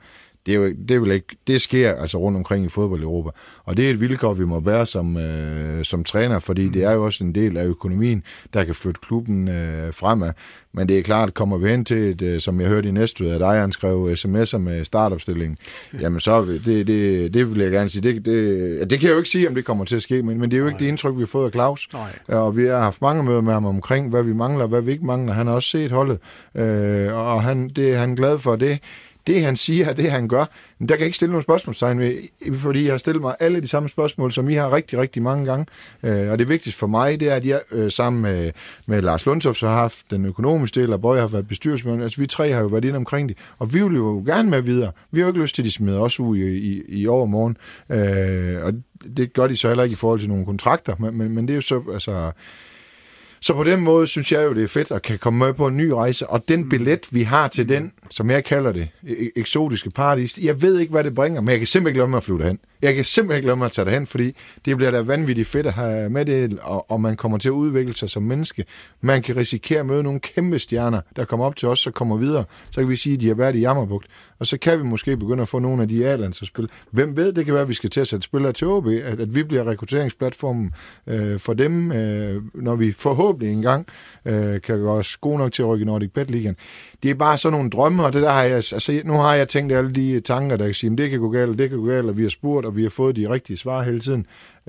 Det sker altså rundt omkring i fodbold i Europa. Og det er et vilkår, vi må bære som træner, fordi det er jo også en del af økonomien, der kan flytte klubben fremad. Men det er klart, kommer vi hen til, som jeg hørte i Næstved, at ejeren skrev sms'er med startopstillingen, jamen så, det vil jeg gerne sige, det kan jeg jo ikke sige, om det kommer til at ske, men det er jo ikke det indtryk, vi har fået af Claus. Og vi har haft mange møder med ham omkring, hvad vi mangler, og hvad vi ikke mangler. Han har også set holdet, og han er glad for det. Det han siger, det han gør, der kan jeg ikke stille nogle spørgsmålstegn ved, fordi jeg har stillet mig alle de samme spørgsmål, som I har rigtig, rigtig mange gange. Og det vigtigste for mig, det er, at jeg sammen med Lars Lundtoft så har haft den økonomiske del, og Bøje har været bestyrelsesmedlem. Altså vi tre har jo været inde omkring det, og vi vil jo gerne med videre. Vi har jo ikke lyst til, at de smider os ud i overmorgen. Og det gør de så heller ikke i forhold til nogle kontrakter, men det er jo så, altså... Så på den måde synes jeg jo, det er fedt at kan komme med på en ny rejse, og den billet, vi har til den, som jeg kalder det, eksotiske paradis, jeg ved ikke, hvad det bringer, men jeg kan simpelthen ikke lade mig at flyve derhen. Jeg kan simpelthen ikke lade mig at tage derhen, fordi det bliver da vanvittigt fedt at have med det, og man kommer til at udvikle sig som menneske. Man kan risikere at møde nogle kæmpe stjerner, der kommer op til os, så kommer videre. Så kan vi sige, at de har været i Jammerbugt, og så kan vi måske begynde at få nogle af de A-landsspil. Hvem ved, det kan være, at vi skal til at sætte spillere til OB, at vi bliver rekrutteringsplatformen for dem, når vi forhåbentlig engang kan gøre os gode nok til at rykke i Nordic Bet Ligaen. Det er bare sådan nogle drømme, og det der har jeg, altså nu har jeg tænkt alle de tanker, der kan sige, det kan gå galt, og vi har spurgt, og vi har fået de rigtige svar hele tiden.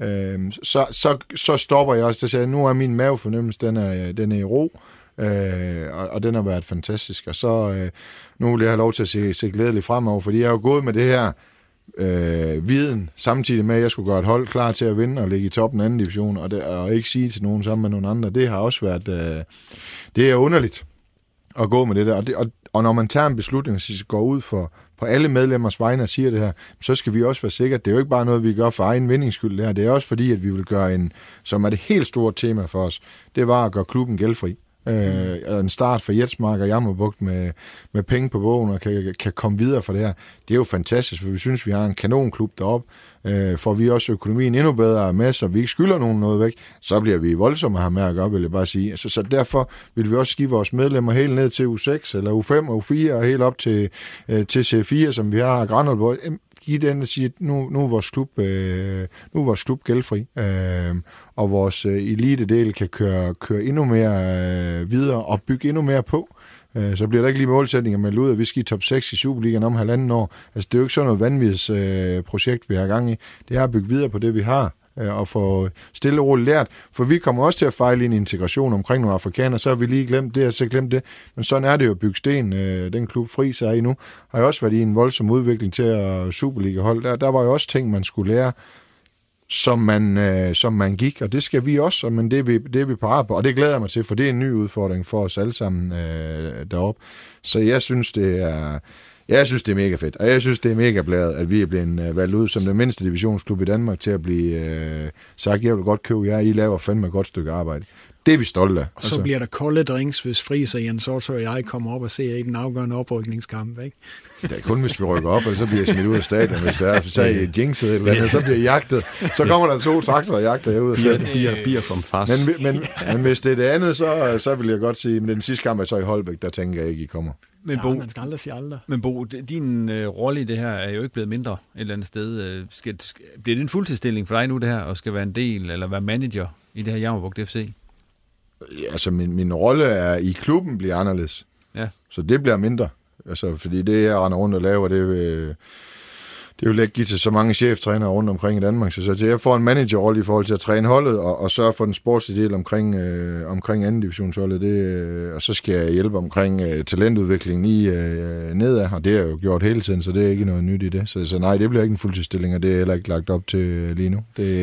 Så stopper jeg også, der siger, nu er min mavefornemmelse, den er i ro, og den har været fantastisk. Og så nu vil jeg have lov til at se glædeligt fremover, fordi jeg er jo gået med det her viden, samtidig med, at jeg skulle gøre et hold klar til at vinde og ligge i toppen af anden division, og ikke sige til nogen sammen med nogen andre. Det har også været, det er underligt at gå med det der. Og når man tager en beslutning, så går ud på alle medlemmers vegne og siger det her, så skal vi også være sikre. Det er jo ikke bare noget, vi gør for egen vindingsskyld. Det er også fordi, at vi vil gøre som er det helt store tema for os, det var at gøre klubben gældfri. En start for Jetsmark og Jammerbugt med penge på bogen og kan komme videre for det her. Det er jo fantastisk, for vi synes, vi har en kanonklub deroppe. Får vi også økonomien endnu bedre med, så vi ikke skylder nogen noget væk, så bliver vi voldsomme at have med at gøre, vil jeg bare sige. Så derfor vil vi også give vores medlemmer helt ned til U6 eller U5 og U4 og helt op til C4, som vi har Granholborg. Give den og sige, at nu er vores klub gældfri, og vores elite-del kan køre endnu mere videre og bygge endnu mere på. Så bliver der ikke lige målsætninger med ud, at vi skal i top 6 i Superligaen om 1,5 år. Altså, det er jo ikke sådan noget vanvittigt projekt, vi har gang i. Det er at bygge videre på det, vi har, og få stille og roligt lært. For vi kommer også til at fejle i en integration omkring nogle afrikanere, så har vi lige glemt det, og så glemt det. Men sådan er det jo at bygge sten. Den klub Friis er i nu, har jo også været i en voldsom udvikling til at Superliga-hold. Der var jo også ting, man skulle lære, som man gik, og det skal vi også, men det er vi parat på, og det glæder jeg mig til, for det er en ny udfordring for os alle sammen deroppe. Så jeg synes, det er mega fedt, og jeg synes, det er mega blæret, at vi er blevet valgt ud som den mindste divisionsklub i Danmark til at blive sagt, jeg vil godt købe jer, I laver fandme et godt stykke arbejde. Det er vi stolte af. Og så bliver der kolde drinks, hvis Friis og Jens Otto og jeg kommer op og ser i den afgørende oprykningskamp, ikke? Det er kun, hvis vi rykker op, og så bliver jeg smidt ud af stadion, hvis der er, så er I jinxet eller andet, så bliver I jagtet. Så kommer der 2 traktorer og jagter jer ud af stadion. Bier from fast. Men hvis det er det andet, så vil jeg godt sige, men den sidste kamp er så i Holbæk, der tænker jeg ikke, I kommer. Men Bo, man skal aldrig sige aldrig. Men Bo, din rolle i det her er jo ikke blevet mindre et eller andet sted. Bliver det en fuldtidsstilling for dig nu, det her, og skal være en del, eller være manager i det her Jammerbugt FC? Ja, altså min rolle er i klubben bliver anderledes. Ja. Så det bliver mindre. Altså, fordi det, jeg render rundt og laver, det vil ikke give til så mange cheftrænere rundt omkring i Danmark. Så jeg får en managerrolle i forhold til at træne holdet, og sørge for den sportslige del omkring anden divisionsholdet. Og så skal jeg hjælpe omkring talentudviklingen i nedad, og det har jeg jo gjort hele tiden, så det er ikke noget nyt i det. Så nej, det bliver ikke en fuldtidsstilling, og det er heller ikke lagt op til lige nu. Det er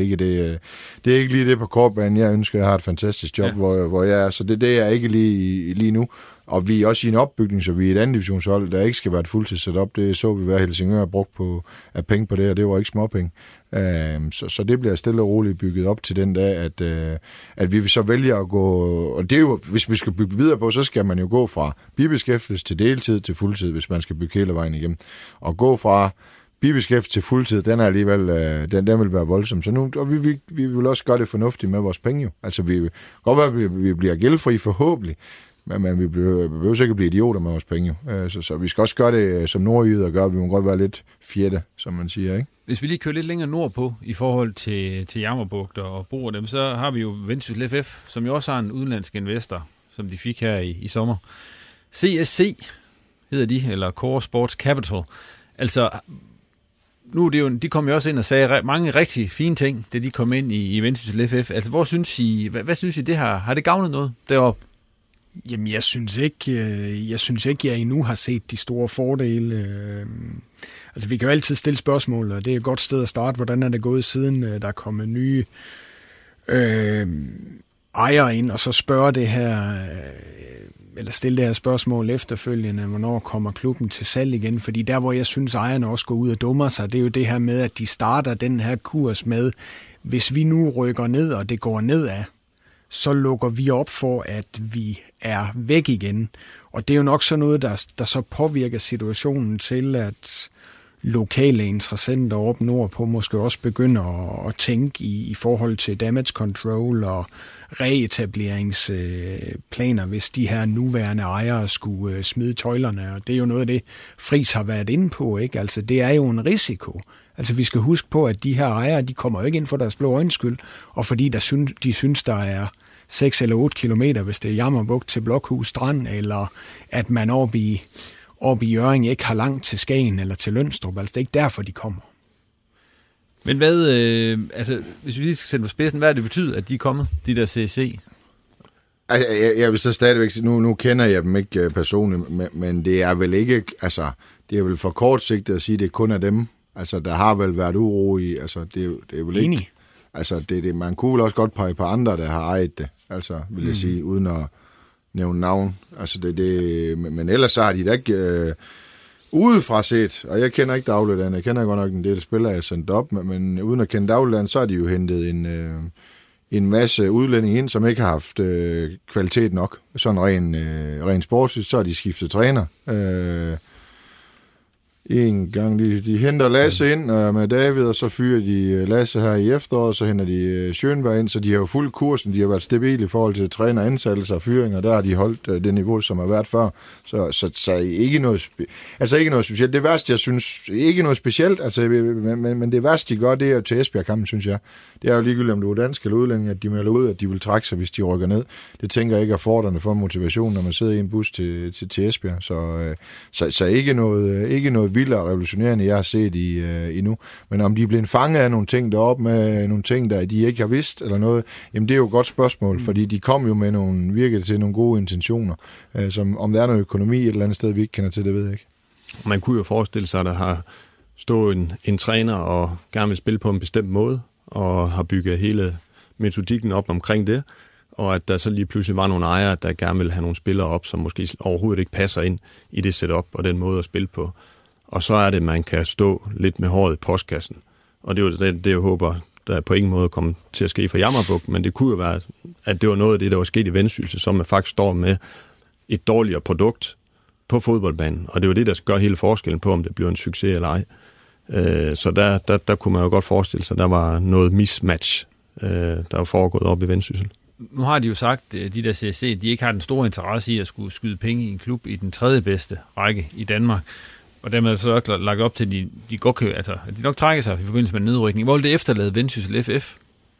ikke lige det på kortbanen, jeg ønsker. Jeg har et fantastisk job, hvor jeg er, så det er ikke lige nu. Og vi er også i en opbygning, så vi er et andet divisionshold, der ikke skal være et fuldtids setup. Det så vi, hvad Helsingør har brugt af penge på det, og det var ikke småpenge. Så det bliver stille og roligt bygget op til den dag, at vi så vælger at gå, og det er jo, hvis vi skal bygge videre på, så skal man jo gå fra bibeskæftigelse til deltid til fuldtid, hvis man skal bygge hele vejen igennem. Og gå fra bibeskæftigelse til fuldtid, den er alligevel, den vil være voldsom. Så nu, og vi vil også gøre det fornuftigt med vores penge jo. Altså vi vil godt være, at vi bliver gældfri forhåbentlig, men vi behøver sikkert blive idioter med vores penge jo. Så vi skal også gøre det, som nordjyder gør. Vi må godt være lidt fjette, som man siger, ikke? Hvis vi lige kører lidt længere nordpå i forhold til Jammerbugt og bruger dem, så har vi jo Vendsyssel FF, som jo også har en udenlandsk investor, som de fik her i sommer. CSC hedder de, eller Core Sports Capital. Altså, nu er det jo, de kom jo også ind og sagde mange rigtig fine ting, da de kom ind i Vendsyssel FF. Altså, hvad synes I det har det gavnet noget deroppe? Jamen, jeg synes ikke, jeg endnu har set de store fordele. Altså, vi kan jo altid stille spørgsmål, og det er et godt sted at starte. Hvordan er det gået siden, der er kommet nye ejere ind, og så spørge det her, eller stille det her spørgsmål efterfølgende, hvornår kommer klubben til salg igen? Fordi der, hvor jeg synes, ejerne også går ud og dummer sig, det er jo det her med, at de starter den her kurs med, hvis vi nu rykker ned, og det går nedad, så lukker vi op for, at vi er væk igen. Og det er jo nok sådan noget, der så påvirker situationen til, at lokale interessenter oppe nordpå måske også begynder at tænke i forhold til damage control og reetableringsplaner, hvis de her nuværende ejere skulle smide tøjlerne. Og det er jo noget af det, Friis har været inde på, ikke? Altså, det er jo en risiko. Altså, vi skal huske på, at de her ejere, de kommer jo ikke ind for deres blå øjenskyld, og fordi de synes, der er 6 eller 8 kilometer, hvis det er Jammerbugt til Blokhus Strand, eller at man oppe i Hjørring ikke har langt til Skagen eller til Lønstrup. Altså, det er ikke derfor, de kommer. Men hvad, hvis vi lige skal sætte på spidsen, hvad er det betyder, at de er kommet, de der CSC? Jeg vil så stadigvæk, nu kender jeg dem ikke personligt, men det er vel ikke, altså, det er vel for kortsigtet at sige, at det kun er dem. Altså, der har vel været uro i, altså, det er vel ikke. Altså, man kunne vel også godt pege på andre, der har ejet det, altså, vil jeg sige, uden at nævne navn. Altså, men ellers så har de da ikke udefra set, og jeg kender ikke dagligdagen, jeg kender godt nok en del spillere, jeg har sendt op, men uden at kende dagligdagen, så har de jo hentet en masse udlændinge ind, som ikke har haft kvalitet nok. Sådan ren sportsligt, så har de skiftet træner. En gang, de henter Lasse ind med David, og så fyrer de Lasse her i efteråret, så henter de Schönberg ind, så de har jo fuldt kursen, de har været stabile i forhold til træneransættelser og fyringer, der har de holdt det niveau, som har været før, så ikke noget ikke noget specielt. Det værste, jeg synes, ikke noget specielt, altså, men det værste, de gør, det er jo til Esbjerg-kampen, synes jeg. Det er jo ligegyldigt, om du er dansk eller udlænding, at de melder ud, at de vil trække sig, hvis de rykker ned. Det tænker jeg ikke er fordrende for motivation, når man sidder i en bus til Esbjerg, så ikke noget vildt og revolutionerende, jeg har set endnu. Men om de er blevet fanget af nogle ting deroppe, med nogle ting, der de ikke har vidst, eller noget, jamen det er jo et godt spørgsmål, fordi de kom jo med nogle gode intentioner, som om der er noget økonomi et eller andet sted, vi ikke kender til, det ved jeg ikke. Man kunne jo forestille sig, at der har stået en træner og gerne vil spille på en bestemt måde, og har bygget hele metodikken op omkring det, og at der så lige pludselig var nogle ejere, der gerne vil have nogle spillere op, som måske overhovedet ikke passer ind i det setup og den måde at spille på. Og så er det, at man kan stå lidt med håret i postkassen. Og det er jo det, jeg håber, der på ingen måde kommer til at ske for Jammerbugt, men det kunne jo være, at det var noget af det, der var sket i Vendsyssel, som man faktisk står med et dårligere produkt på fodboldbanen. Og det er jo det, der gør hele forskellen på, om det bliver en succes eller ej. Så der kunne man jo godt forestille sig, at der var noget mismatch, der var foregået op i Vendsyssel. Nu har de jo sagt, de der CSC, de ikke har den store interesse i at skulle skyde penge i en klub i den 3. bedste række i Danmark. Og dermed er det så også lagt op til, de godt kan, altså, de nok trækker sig i forbindelse med nedrykning. Hvor vil det efterlade Vendsyssel FF?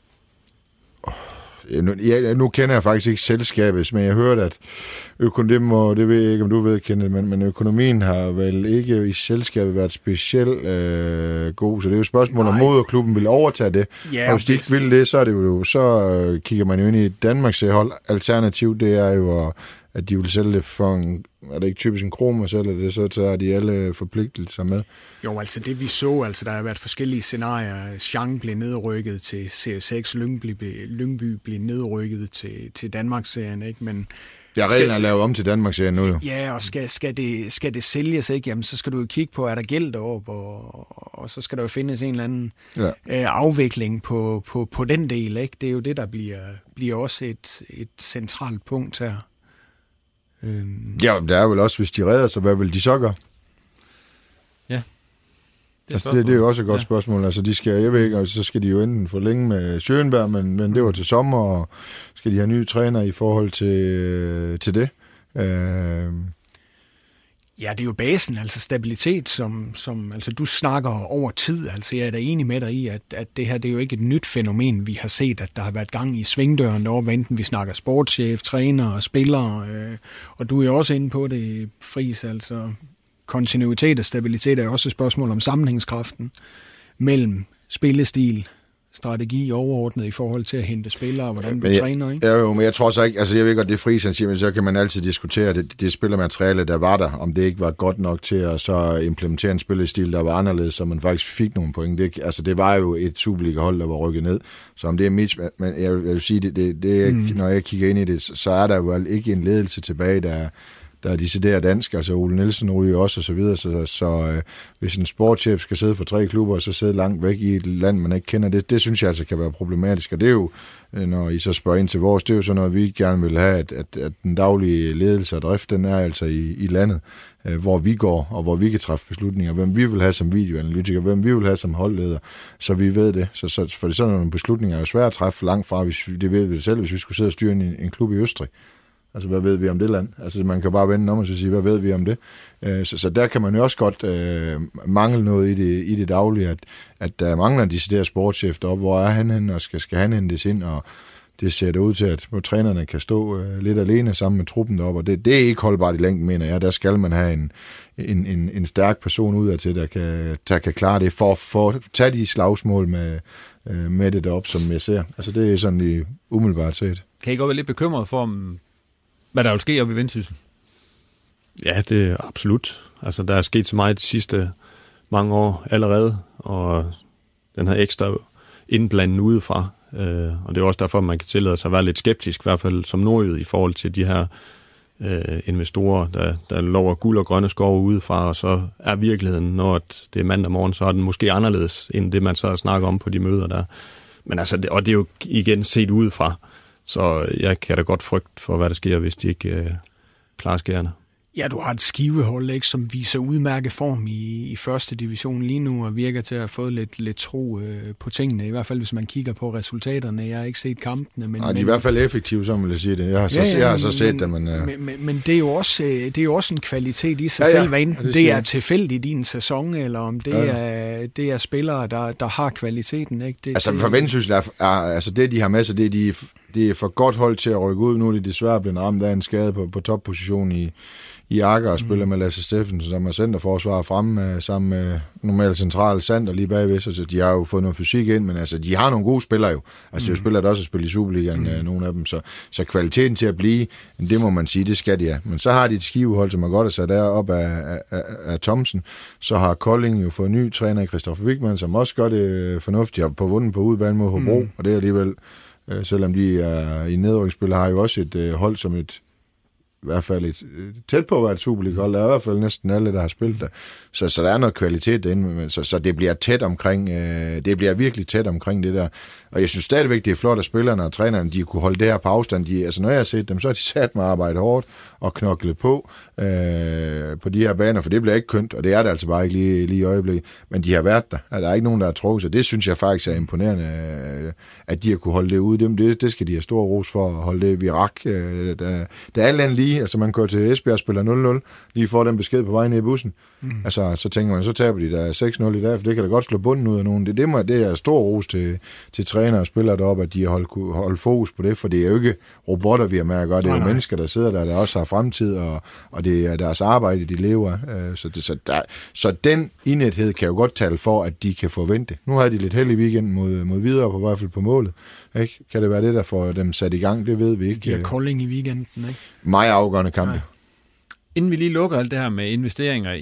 Nu kender jeg faktisk ikke selskabet, men jeg hørte, at økonomien, og det ved jeg ikke, om du ved, Kenneth, men økonomien har vel ikke i selskabet været specielt god, så det er jo et spørgsmål, om moderklubben vil overtage det. Ja, og hvis de ikke vil det, så er det jo, så kigger man jo ind i Danmarks hold. Alternativ, det er jo, at de vil sælge det for er det ikke typisk en krone at sælge det, så tager de alle forpligtelser med. Jo, altså det vi så, altså der har været forskellige scenarier. Chang blev nedrykket til CS6, Lyngby blev nedrykket til Danmarksserien, ikke? Ja, reglerne er lavet om til Danmark-serien nu jo. Ja, og skal det sælges, ikke? Jamen, så skal du jo kigge på, er der gæld deroppe, og så skal der jo findes en eller anden afvikling på den del, ikke? Det er jo det, der bliver også et centralt punkt her. Ja, der er vel også, hvis de redder sig, hvad vil de så gøre? Ja. Det er jo også et godt spørgsmål. Altså, de skal, jeg ved ikke, så skal de jo enten forlænge med Schönberg, men det var til sommer, og skal de have nye træner i forhold til det? Ja, det er jo basen, altså stabilitet, som altså du snakker over tid. Altså jeg er da enig med dig i, at det her, det er jo ikke et nyt fænomen, vi har set, at der har været gang i svingdøren derovre, enten vi snakker sportschef, træner og spillere, og du er jo også inde på det, Friis, altså kontinuitet og stabilitet er også et spørgsmål om sammenhængskraften mellem spillestil, strategi overordnet i forhold til at hente spillere, og hvordan du træner, ikke? Jo, men jeg tror så ikke, altså jeg ved godt, det er Friis, han siger, men så kan man altid diskutere det spillermateriale, der var der, om det ikke var godt nok til at så implementere en spillestil, der var anderledes, så man faktisk fik nogle point. Det var jo et Superliga-hold, der var rykket ned, så om det er mit, men jeg vil sige, når jeg kigger ind i det, så er der jo ikke en ledelse tilbage, der er decideret dansk, altså Ole Nielsen ryger også og så videre, så hvis en sportschef skal sidde for 3 klubber og så sidde langt væk i et land, man ikke kender, det synes jeg altså kan være problematisk, og det er jo, når I så spørger ind til vores, det er jo sådan noget, vi gerne vil have, at den daglige ledelse og drift, den er altså i landet, hvor vi går, og hvor vi kan træffe beslutninger, hvem vi vil have som videoanalytiker, hvem vi vil have som holdleder, så vi ved det. For sådan nogle beslutninger er jo svært at træffe langt fra, det ved vi selv, hvis vi skulle sidde og styre en klub i Østrig. Altså, hvad ved vi om det land? Altså, man kan bare vende om og sige, hvad ved vi om det? Så der kan man jo også godt mangle noget i det daglige, at der mangler de der sportschef deroppe. Hvor er han henne, og skal han hentes ind? Og det ser det ud til, at trænerne kan stå lidt alene sammen med truppen deroppe. Og det er ikke holdbart i længden, mener jeg. Der skal man have en stærk person ud af til, der kan klare det, for at tage de slagsmål med det deroppe, som jeg ser. Altså, det er sådan lige umiddelbart set. Kan I godt være lidt bekymret for, hvad der vil ske oppe i Vendsyssel? Ja, det er absolut. Altså, der er sket så meget de sidste mange år allerede, og den her ekstra indblanding udefra. Og det er også derfor, man kan tillade sig at være lidt skeptisk, i hvert fald som nordjyd, i forhold til de her investorer, der lover guld og grønne skove udefra, og så er virkeligheden, når det er mandag morgen, så er den måske anderledes, end det man så snakker om på de møder der. Men altså, og det er jo igen set udefra, så jeg kan da godt frygte for, hvad der sker, hvis de ikke klarer skærene. Ja, du har et Skivehold, ikke, som viser udmærket form i første division lige nu, og virker til at have fået lidt tro på tingene, i hvert fald hvis man kigger på resultaterne. Jeg har ikke set kampene. Men, de er i hvert fald effektive, som vil sige det. Jeg har så set det, men... Men det er jo også en kvalitet i sig selv, hvad enten det er tilfældigt i en sæson, eller om det er spillere, der har kvaliteten. Ikke? For Vendsyssel altså det, de har med sig, det er for godt hold til at rykke ud. Nu er de desværre blevet ramt af en skade på topposition i Akker og spiller med Lasse Steffensen, som er centerforsvarer fremme sammen med normalt central Sander lige bagved, så de har jo fået noget fysik ind, men altså, de har nogle gode spillere jo. Altså, de spiller der også at spille i Superligaen, nogle af dem, så kvaliteten til at blive, det må man sige, det skal de have. Men så har de et Skivehold, som er godt at sætte op af Thomsen. Så har Kolding jo fået ny træner, Christoffer Wigman, som også gør det fornuftigt, og på vundet på udebane mod Hobro, og det er alligevel, selvom de er i nedrykningsspil, har jo også et hold som i hvert fald et tæt på at være et Superliga-hold. Der er i hvert fald næsten alle, der har spillet der. Så der er noget kvalitet derinde. Så det bliver tæt omkring, det bliver virkelig tæt omkring det der. Og jeg synes stadigvæk, det er flot, at spillerne og trænerne, de kunne holde det her på afstand. Altså når jeg har set dem, så har de sat med at arbejde hårdt og knokle på de her baner, for det bliver ikke kønt, og det er det altså bare ikke lige i øjeblikket. Men de har været der. Der er ikke nogen, der har trukket sig. Det synes jeg faktisk er imponerende, at de har kunne holde det ude. Det skal de have stor ros for at holde det virak. Der er alt andet lige. Altså man kører til Esbjerg og spiller 0-0, lige får den besked på vej ned i bussen. Altså så tænker man, så taber de der 6-0 i dag, for det kan da godt slå bunden ud af nogen. Det er stor ros til træner og spillere deroppe, at de har holdt fokus på det, for det er jo ikke robotter, vi har med at gøre. Det er jo mennesker, der sidder der også har fremtid, og det er deres arbejde, de lever. Så den indethed kan jo godt tale for, at de kan forvente. Nu havde de lidt held i weekend mod videre, på hvert fald på målet. Ikke? Kan det være det, der får dem sat i gang? Det ved vi ikke. De har Kolding i weekenden, ikke? Meget afgørende kamp. Ja. Inden vi lige lukker alt det her med investeringer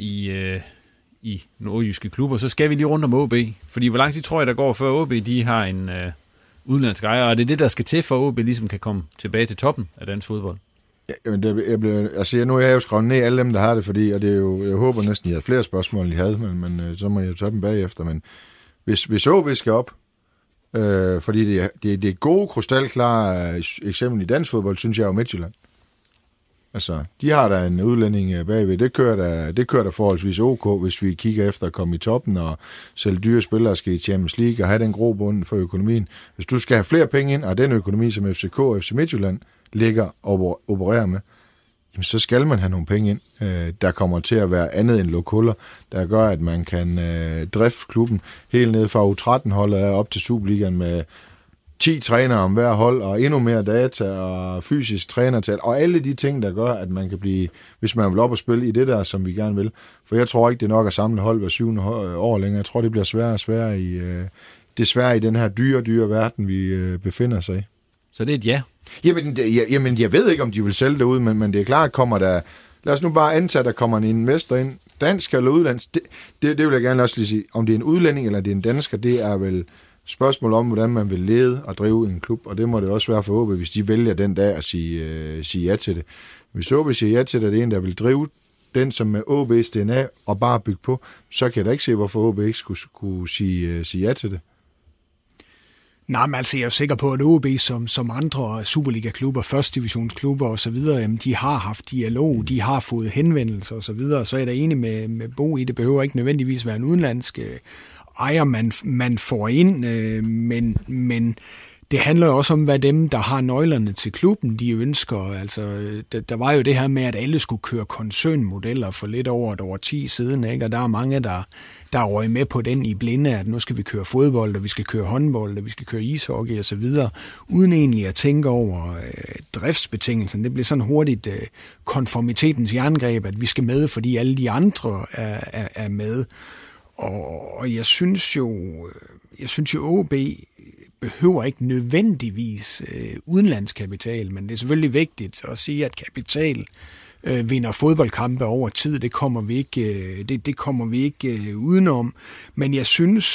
i nordjyske klubber, så skal vi lige rundt om OB. Fordi hvor lang tid tror jeg, der går før OB de har en udenlandsk ejer, og det er det, der skal til for OB ligesom kan komme tilbage til toppen af dansk fodbold? Nu har jeg jo skrevet ned alle dem, der har det, fordi, og det er jo, jeg håber næsten, I havde flere spørgsmål, end I havde, men så må jeg jo tage dem bagefter. Men hvis OB skal op, fordi det er gode, krystalklare eksempel i dansk fodbold, synes jeg jo Midtjylland. Altså, de har der en udlænding bagved. Det kører der forholdsvis ok, hvis vi kigger efter at komme i toppen, og selv dyre spillere skal i Champions League og have den grobund for økonomien. Hvis du skal have flere penge ind, og den økonomi, som FCK og FC Midtjylland ligger og opererer med, jamen, så skal man have nogle penge ind, der kommer til at være andet end lokhuller, der gør, at man kan drifte klubben helt ned fra U13-holdet op til Superligaen med 10 trænere om hver hold, og endnu mere data, og fysisk trænertal, og alle de ting, der gør, at man kan blive, hvis man vil op og spille i det der, som vi gerne vil. For jeg tror ikke, det er nok at samle hold hver 7. år længere. Jeg tror, det bliver sværere og sværere desværre i den her dyre verden, vi befinder sig i. Så det er et ja? Jamen, jeg ved ikke, om de vil sælge det ud, men det er klart, kommer der... Lad os nu bare antage, at der kommer en investor ind, dansk eller udlandsk. Det vil jeg gerne også lige sige. Om det er en udlænding eller det er en dansker, det er vel spørgsmål om, hvordan man vil lede og drive en klub, og det må det også være for OB, hvis de vælger den dag at sige ja til det. Hvis OB siger ja til det, det er en, der vil drive den, som med OB's DNA og bare bygge på, så kan jeg da ikke se, hvorfor OB ikke skulle sige ja til det. Nej, men altså, jeg er jo sikker på, at OB som andre Superliga-klubber, førstedivisionsklubber osv., de har haft dialog, de har fået henvendelser osv., så er jeg da enig med Bo i, det behøver ikke nødvendigvis være en udenlandsk ejer, man får ind, men det handler jo også om, hvad dem, der har nøglerne til klubben, de ønsker. Altså, der var jo det her med, at alle skulle køre koncernmodeller for lidt over et år 10 siden, ikke? Og der er mange, der røg med på den i blinde, at nu skal vi køre fodbold, og vi skal køre håndbold, og vi skal køre ishockey og så videre, uden egentlig at tænke over driftsbetingelserne. Det bliver sådan hurtigt konformitetens jerngreb, at vi skal med, fordi alle de andre er med. Og jeg synes jo, OB behøver ikke nødvendigvis udenlandskapital, men det er selvfølgelig vigtigt at sige, at kapital vinder fodboldkampe over tid. Det kommer vi ikke udenom. Men jeg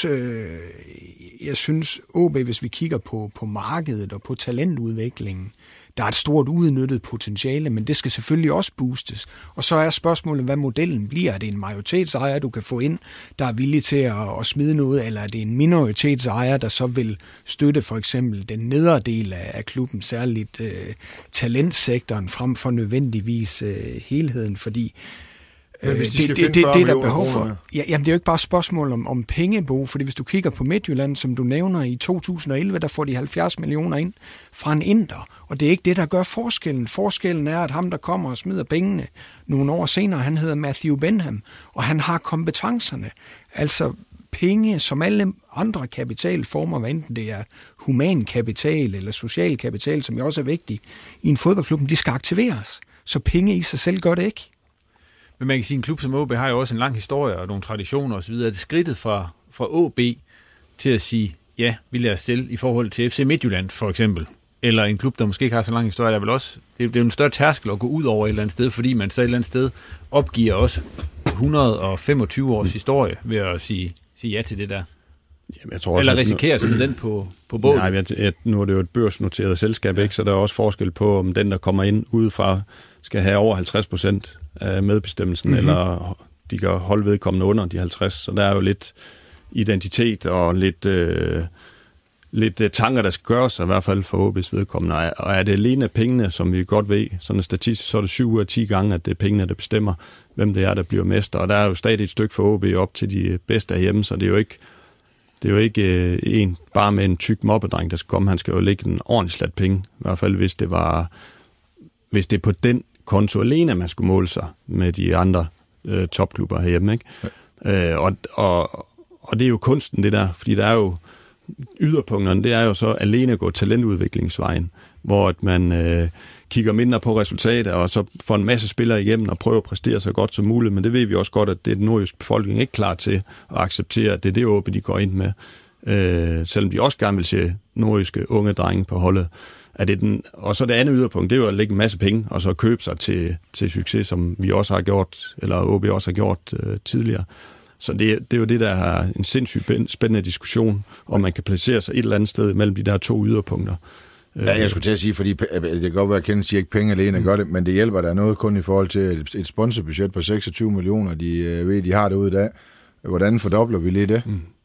synes OB, hvis vi kigger på markedet og på talentudviklingen, der er et stort uudnyttet potentiale, men det skal selvfølgelig også boostes. Og så er spørgsmålet, hvad modellen bliver. Er det en majoritetsejer, du kan få ind, der er villig til at smide noget, eller er det en minoritetsejer, der så vil støtte for eksempel den nedre del af klubben, særligt talentsektoren, frem for nødvendigvis helheden, fordi det der behov for. Jamen, det er jo ikke bare et spørgsmål om pengebo, fordi hvis du kigger på Midtjylland, som du nævner i 2011, der får de 70 millioner ind fra en inder, og det er ikke det, der gør forskellen. Forskellen er, at ham, der kommer og smider pengene nogle år senere, han hedder Matthew Benham, og han har kompetencerne. Altså penge, som alle andre kapitalformer, hvad enten det er human kapital eller social kapital, som jo også er vigtigt i en fodboldklub, de skal aktiveres. Så penge i sig selv gør det ikke. Men man kan sige, at en klub som OB har jo også en lang historie og nogle traditioner osv. Er det skridtet fra OB til at sige, ja, vi lader os sælge i forhold til FC Midtjylland for eksempel? Eller en klub, der måske ikke har så lang historie, der vel også, det er en større tærskel at gå ud over et eller andet sted, fordi man så et eller andet sted opgiver også 125 års historie ved at sige ja til det der. Jamen, jeg tror også, eller risikerer at smide den på båden? Nej, nu er det jo et børsnoteret selskab, ikke? Så der er også forskel på, om den, der kommer ind udefra, skal have over 50% af medbestemmelsen, eller de kan holde vedkommende under de 50. Så der er jo lidt identitet og lidt tanker, der skal gøres, i hvert fald for OB's vedkommende. Og er det alene pengene, som vi godt ved, sådan statistisk, så er det 7 ud af 10 gange, at det er pengene, der bestemmer, hvem det er, der bliver mester. Og der er jo stadig et stykke for OB op til de bedste herhjemme, så det er jo ikke en bare med en tyk mobbedreng, der skal komme. Han skal jo lægge en ordentlig slat penge, i hvert fald hvis det er på den konto alene, man skulle måle sig med de andre topklubber herhjemme, ikke? Ja. Og det er jo kunsten, det der, fordi der er jo yderpunkterne, det er jo så alene at gå talentudviklingsvejen, hvor at man kigger mindre på resultater, og så får en masse spillere igennem og prøver at præstere så godt som muligt, men det ved vi også godt, at det er den nordjyske befolkning ikke klar til at acceptere, at det er det OB, de går ind med, selvom de også gerne vil se nordjyske unge drenge på holdet. Og så det andet yderpunkt, det er jo at lægge en masse penge, og så købe sig til succes, som vi også har gjort, eller OB også har gjort tidligere. Så det er jo det, der er en sindssygt spændende diskussion, om man kan placere sig et eller andet sted mellem de der to yderpunkter. Ja, jeg skulle til at sige, fordi det kan godt være, at Kenneth siger ikke penge alene gør det, men det hjælper der noget kun i forhold til et sponsorbudget på 26 millioner, de har derude i dag. Hvordan fordobler vi lige det?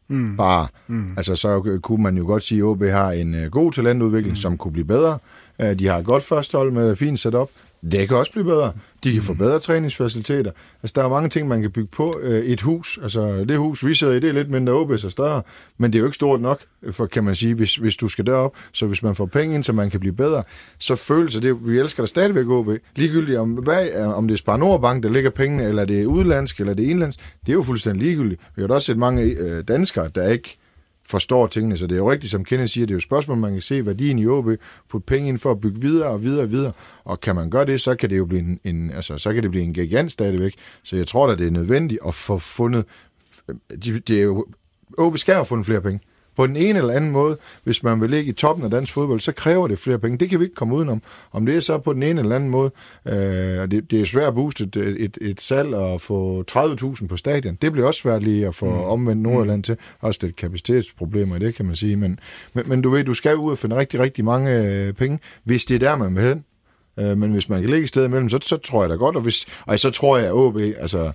Altså, så kunne man jo godt sige, at OB har en god talentudvikling, som kunne blive bedre. De har et godt førstehold med fint setup. Det kan også blive bedre. De kan få bedre træningsfaciliteter. Altså, der er mange ting, man kan bygge på. Et hus, altså det hus, vi sidder i, det er lidt mindre OB, så større, men det er jo ikke stort nok, for kan man sige, hvis du skal derop. Så hvis man får penge ind, så man kan blive bedre, så føles det, vi elsker da stadigvæk OB. Ligegyldigt om det er Spar Nordbank, der ligger pengene, eller det er udlandsk, eller det er indlandsk, det er jo fuldstændig ligegyldigt. Vi har da også set mange danskere, der ikke forstår tingene, så det er jo rigtigt, som Kenneth siger, det er jo et spørgsmål, man kan se værdien i OB, putte penge ind for at bygge videre og videre og videre, og kan man gøre det, så kan det jo blive så kan det blive en gigant stadigvæk, så jeg tror da, det er nødvendigt at få fundet, det er jo, OB skal have fundet flere penge. På den ene eller anden måde, hvis man vil ligge i toppen af dansk fodbold, så kræver det flere penge. Det kan vi ikke komme udenom. Om det er så på den ene eller anden måde, det er svært at booste et salg og få 30.000 på stadion. Det bliver også svært lige at få omvendt Nordjylland til. Også lidt kapacitetsproblemer i det, kan man sige. Men du ved, du skal ud og finde rigtig, rigtig mange penge, hvis det er der, man vil hen. Men hvis man kan ligge et sted imellem, så tror jeg da godt. Og så tror jeg, at OB, altså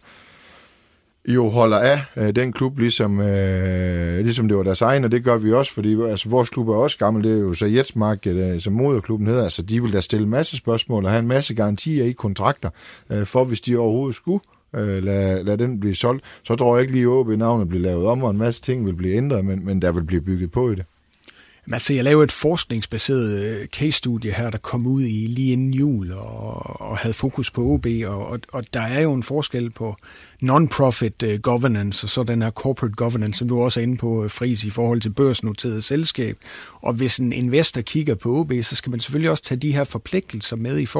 jo holder af den klub, ligesom det var deres egen, og det gør vi også, fordi altså, vores klub er også gammel, det er jo så Jetsmark, som moderklubben hedder, altså de vil da stille en masse spørgsmål og have en masse garantier i kontrakter, for hvis de overhovedet skulle lade den blive solgt, så tror jeg ikke lige OB-navnet bliver lavet om, og en masse ting vil blive ændret, men der vil blive bygget på i det. Altså, jeg lavede et forskningsbaseret case-studie her, der kom ud i lige inden jul og havde fokus på OB, og der er jo en forskel på non-profit governance og så den her corporate governance, som du også er inde på, Friis, i forhold til børsnoteret selskab. Og hvis en investor kigger på OB, så skal man selvfølgelig også tage de her forpligtelser med i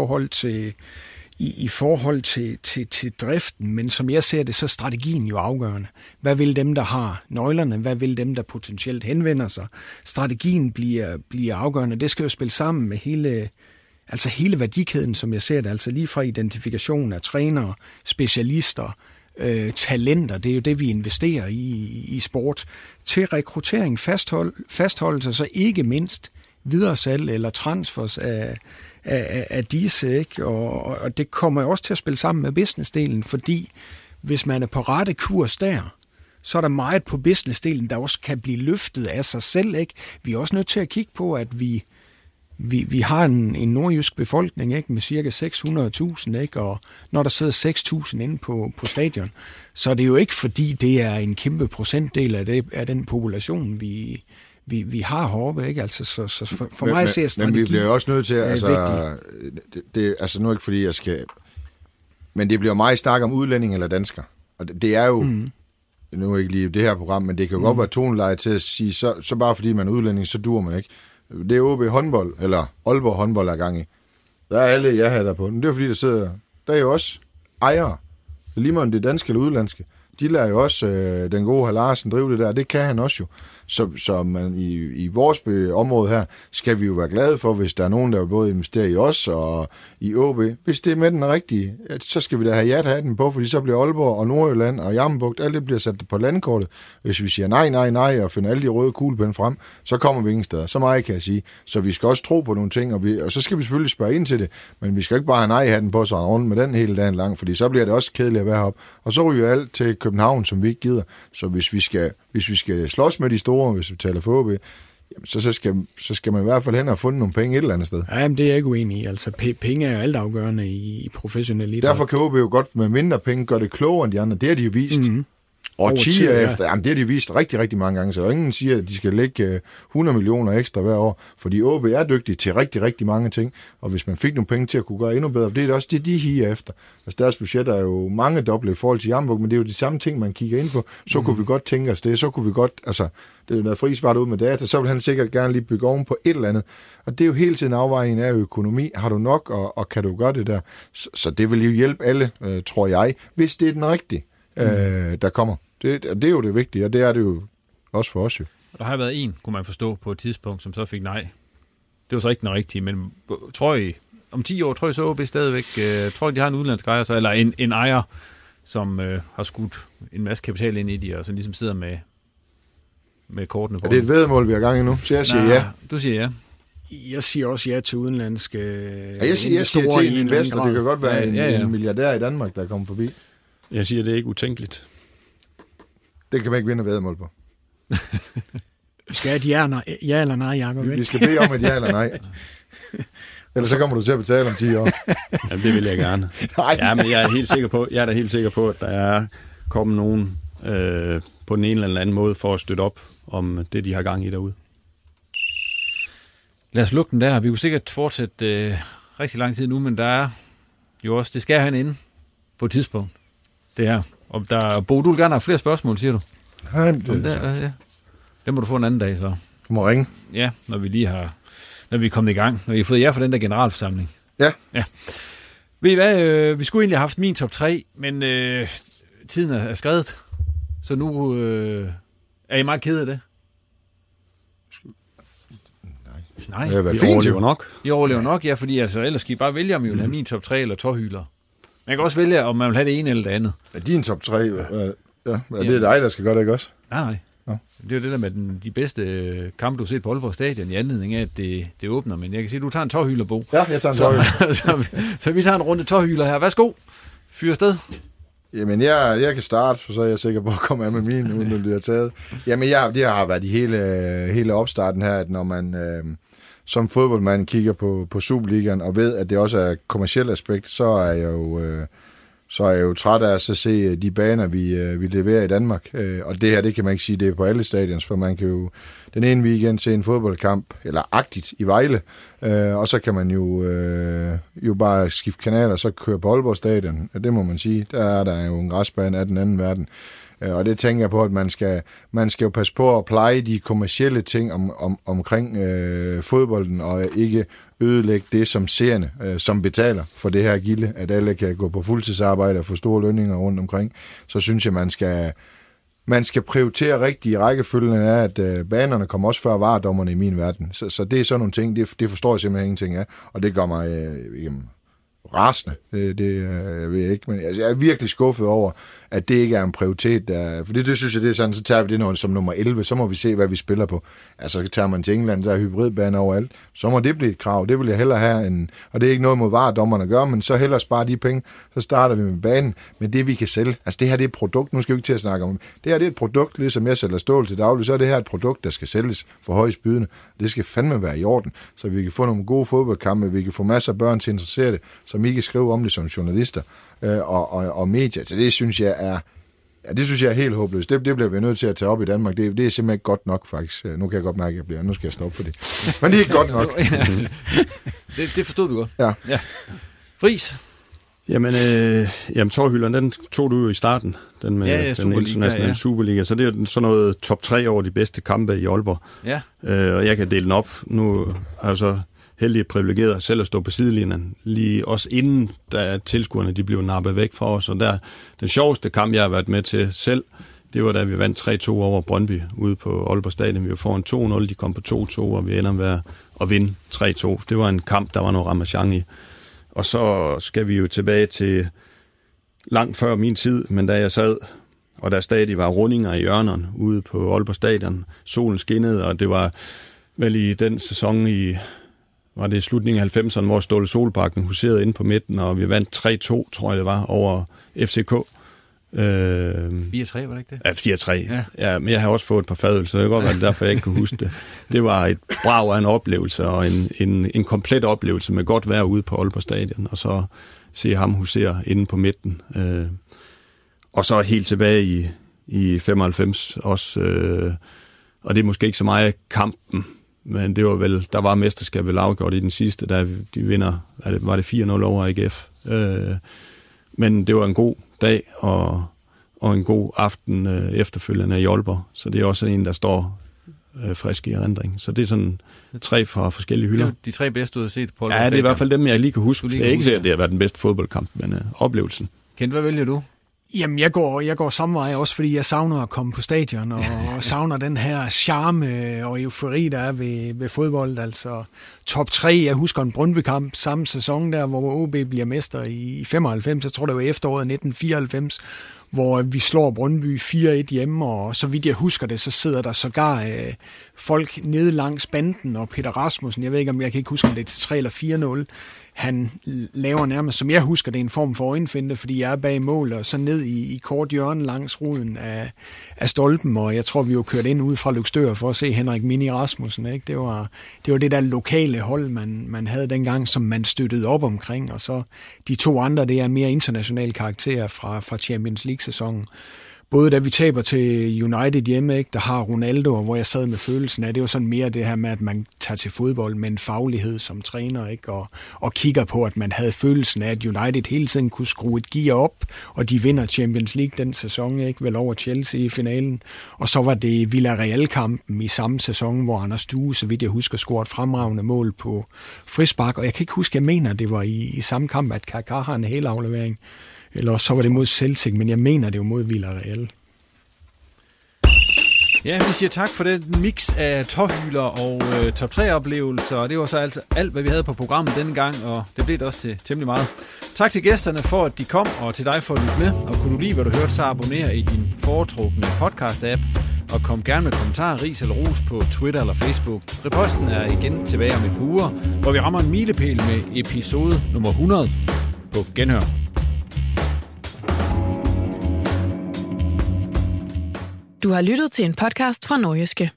forhold til driften, men som jeg ser det, så er strategien jo afgørende. Hvad vil dem, der har nøglerne? Hvad vil dem, der potentielt henvender sig? Strategien bliver afgørende. Det skal jo spille sammen med hele værdikæden, som jeg ser det, altså lige fra identifikation af trænere, specialister, talenter, det er jo det, vi investerer i sport, til rekruttering, fastholdelse, så ikke mindst videresalg eller transfers af disse, ikke? Og det kommer også til at spille sammen med businessdelen, fordi hvis man er på rette kurs der, så er der meget på businessdelen, der også kan blive løftet af sig selv, ikke? Vi er også nødt til at kigge på, at vi har en nordjysk befolkning, ikke, med cirka 600.000, ikke, og når der sidder 6.000 inde på stadion, så er det jo ikke fordi det er en kæmpe procentdel af den population, vi har heroppe, ikke? Altså, så for mig ser strategi. Men vi bliver også nødt til, det altså nu ikke fordi jeg skal, men det bliver meget snak om udlænding eller dansker, og det er jo nu ikke lige det her program, men det kan jo godt være toneleje til at sige, så bare fordi man er udlænding, så dur man ikke. Det er OB håndbold, eller Aalborg håndbold er gang i. Der er alle ja-hatter på den. Det er fordi, der er jo også ejere. Lige meget om det er danske eller udlandske. De lader jo også den gode Hr. Larsen drive det der. Det kan han også jo. Så man i vores område her, skal vi jo være glade for, hvis der er nogen, der vil både investere i os og i OB. Hvis det er med den rigtige, så skal vi da have ja-hatten på, fordi så bliver Aalborg og Nordjylland og Jammerbugt, alt det bliver sat på landkortet. Hvis vi siger nej og finder alle de røde kuglepinde frem, så kommer vi ingen steder. Så meget kan jeg sige. Så vi skal også tro på nogle ting, og så skal vi selvfølgelig spørge ind til det, men vi skal ikke bare have nej-hatten på sig rundt med den hele dagen lang, fordi så bliver det også kedeligt at være heroppe. Og så ryger alt til København, som vi ikke gider. Så hvis vi skal slås med de store, hvis vi taler for OB, så skal man i hvert fald hen og fundet nogle penge et eller andet sted. Ja, men det er jeg ikke uenig i. Altså, penge er jo altafgørende i professionel idræt. Derfor kan OB jo godt med mindre penge gøre det klogere end de andre. Det har de jo vist. Og 10 efter, jamen det har de vist rigtig, rigtig mange gange, så der ingen siger, at de skal lægge 100 millioner ekstra hver år, fordi OB er dygtig til rigtig, rigtig mange ting, og hvis man fik nogle penge til at kunne gøre endnu bedre, det er også det, de higer efter. Altså deres budget er jo mange doble i forhold til Jammerbugt, men det er jo de samme ting, man kigger ind på, så kunne vi godt tænke os det, så kunne vi godt, altså, det er jo noget Friis var ud med data, så vil han sikkert gerne lige bygge oven på et eller andet, og det er jo hele tiden afvejningen af økonomi, har du nok, og kan du gøre det der, så det vil jo hjælpe alle, tror jeg, hvis det er den rigtige, der kommer. Det er jo det vigtige, og det er det jo også for os jo. Der har været en, kunne man forstå, på et tidspunkt, som så fik nej. Det var så ikke den rigtige, men tror I, om 10 år, tror I så OB stadigvæk, tror I, de har en udenlandsk ejer, så, eller en ejer, som har skudt en masse kapital ind i de, og som ligesom sidder med kortene på. Er det et væddemål, vi har gang i nu? Så jeg siger ja. Du siger ja. Jeg siger også ja til udenlandske jeg siger til en investor. Det kan godt være en milliardær i Danmark, der kommer forbi. Jeg siger, det er ikke utænkeligt. Det kan man ikke vinde væddemål på. Vi skal have et ja eller nej, Jacob. Vi skal bede om et ja eller nej. Ellers så kommer du til at betale om 10 år. Jamen, det vil jeg gerne. Ja, men jeg er da helt sikker på, at der er kommet nogen på den ene eller anden måde for at støtte op om det, de har gang i derude. Lad os lukke den der. Vi kunne sikkert fortsætte rigtig lang tid nu, men der er jo også, det skal han inde på et tidspunkt. Det her. Og Bo, du vil gerne have flere spørgsmål, siger du? Ja. Det må du få en anden dag, så. Du må ringe. Ja, når vi er kommet i gang. Når vi har fået jer for den der generalforsamling. Ja. Ved I hvad? Vi skulle egentlig have haft min top 3, men tiden er skredet. Så nu er I meget ked af det? Nej. Vi overlever nok. I overlever nok, ja, fordi altså, ellers skal I bare vælge, om I vil have min top 3 eller tårhyler. Man kan også vælge, om man vil have det ene eller det andet. Er din top 3? Ja, det er dig, der skal gøre det, ikke også? Nej. No. Det er jo det der med de bedste kampe, du har set på Aalborg Stadion, i anledning af, at det åbner. Men jeg kan sige, at du tager en tårhyler, Bo. Ja, jeg tager en tårhyler. så vi tager en runde tårhyler her. Værsgo. Fyr afsted. Jamen, jeg kan starte, for så er jeg sikker på at komme af med mine, uden at blive taget. Jamen, det har været i hele opstarten her, at når man som fodboldmand kigger på Superligaen og ved, at det også er et kommercielt aspekt, så er jeg jo træt af at se de baner, vi leverer i Danmark. Og det her, det kan man ikke sige, det er på alle stadions, for man kan jo den ene weekend se en fodboldkamp, eller agtigt i Vejle, og så kan man jo bare skifte kanaler, så køre på Aalborg Stadion. Det må man sige. Der er der jo en græsbane af den anden verden. Og det tænker jeg på, at man skal jo passe på at pleje de kommercielle ting omkring fodbolden, og ikke ødelægge det som seerne, som betaler for det her gilde, at alle kan gå på fuldtidsarbejde og få store lønninger rundt omkring. Så synes jeg, man skal prioritere rigtigt i rækkefølgen af, at banerne kommer også før varedommerne i min verden. Så det er sådan nogle ting, det forstår jeg simpelthen ingenting af, og det gør mig rasende. Det ved jeg ikke, men jeg er virkelig skuffet over, at det ikke er en prioritet. For det synes jeg, det er sådan, så tager vi det som nummer 11, så må vi se, hvad vi spiller på. Altså, så tager man til England, der er hybridbaner overalt, så må det blive et krav. Det vil jeg hellere have, og det er ikke noget mod varedommerne at gøre, men så hellere spare de penge, så starter vi med banen, med det vi kan sælge. Altså, det her det er et produkt, nu skal vi ikke til at snakke om det her, det er et produkt, ligesom jeg sælger stål til daglig, så er det her et produkt, der skal sælges for højst bydende. Det skal fandme være i orden, så vi kan få nogle gode fodboldkampe, vi kan få masser af børn til at interessere det, som I kan skrive om det som journalister og medier. Så det synes jeg er helt håbløst. Det bliver vi nødt til at tage op i Danmark. Det er simpelthen ikke godt nok, faktisk. Nu kan jeg godt mærke, at nu skal jeg stoppe for det. Men det er ikke godt nok. det forstod du godt. Ja. Friis? Jamen tårhylderen, den tog du jo i starten. Den med den internationale Superliga. Så det er sådan noget top 3 over de bedste kampe i Aalborg. Ja. Og jeg kan dele den op. Nu har jeg så heldig privilegeret selv at stå på sidelinjen, lige også inden da tilskuerne de blev nappet væk fra os. Og der, den sjoveste kamp, jeg har været med til selv, det var da vi vandt 3-2 over Brøndby ude på Aalborg Stadion. Vi var foran 2-0, de kom på 2-2, og vi ender med at vinde 3-2. Det var en kamp, der var noget ramachan i. Og så skal vi jo tilbage til langt før min tid, men da jeg sad, og der stadig var rundinger i hjørnerne ude på Aalborg Stadion, solen skinnede, og det var vel i den sæson var det i slutningen af 90'erne, hvor Ståle Solbakken huserede inde på midten, og vi vandt 3-2, tror jeg det var, over FCK. 4-3, var det ikke det? Ja, 4-3. Ja, men jeg har også fået et par fadøl, så det kan godt være, derfor jeg ikke kunne huske det. Det var et brag af en oplevelse, og en komplet oplevelse med godt vejr ude på Aalborg Stadion, og så se ham husere inde på midten. Og så helt tilbage i 95 også, og det er måske ikke så meget kampen, men det var vel, der var mesterskabet afgjort i den sidste, da de vinder, var det 4-0 over AGF. Men det var en god dag, og en god aften efterfølgende i Aalborg. Så det er også en, der står frisk i erindring. Så det er sådan 3 fra forskellige hylder. Det er de 3 bedste, du har set på Aalborg. Ja, det er i hvert fald dem, jeg lige kan huske. Det er ikke sikkert, at det har været den bedste fodboldkamp, men oplevelsen. Kent, hvad vælger du? Jamen, jeg går samme vej, også fordi jeg savner at komme på stadion, og savner den her charme og eufori, der er ved fodbold. Altså top 3, jeg husker en Brøndby-kamp samme sæson der, hvor OB bliver mester i 95, jeg tror det var efteråret 1994, hvor vi slår Brøndby 4-1 hjemme, og så vidt jeg husker det, så sidder der sågar folk nede langs banden, og Peter Rasmussen, jeg ved ikke, om jeg kan ikke huske, om det er til 3 eller 4-0, han laver nærmest, som jeg husker, det er en form for øjenfinte, fordi jeg er bag mål, og så ned i kort hjørne langs ruden af stolpen, og jeg tror, vi jo kørt ind ud fra Løgstør for at se Henrik Mini Rasmussen, ikke? Det var det der lokale hold, man havde dengang, som man støttede op omkring, og så de 2 andre, det er mere internationale karakterer fra Champions League-sæsonen. Både da vi taber til United hjemme, ikke, der har Ronaldo, og hvor jeg sad med følelsen af, det var sådan mere det her med, at man tager til fodbold med en faglighed som træner, ikke, og kigger på, at man havde følelsen af, at United hele tiden kunne skrue et gear op, og de vinder Champions League den sæson, ikke, vel over Chelsea i finalen. Og så var det Villarreal-kampen i samme sæson, hvor Anders Due, så vidt jeg husker, scorede et fremragende mål på frispark, og jeg kan ikke huske, jeg mener, det var i samme kamp, at Kaká har en hel aflevering. Eller så var det mod Celtic, men jeg mener, det var mod Villarreal. Ja, vi siger tak for den mix af tårhyler og top 3-oplevelser, og det var så altså alt, hvad vi havde på programmet denne gang, og det blev det også til temmelig meget. Tak til gæsterne for, at de kom, og til dig for at lytte med, og kunne du lide, hvad du hørte, så abonner i din foretrukne podcast-app, og kom gerne med kommentarer, ris eller ros på Twitter eller Facebook. Reposten er igen tilbage om et par uger, hvor vi rammer en milepæl med episode nummer 100 på Genhør. Du har lyttet til en podcast fra Nordjyske.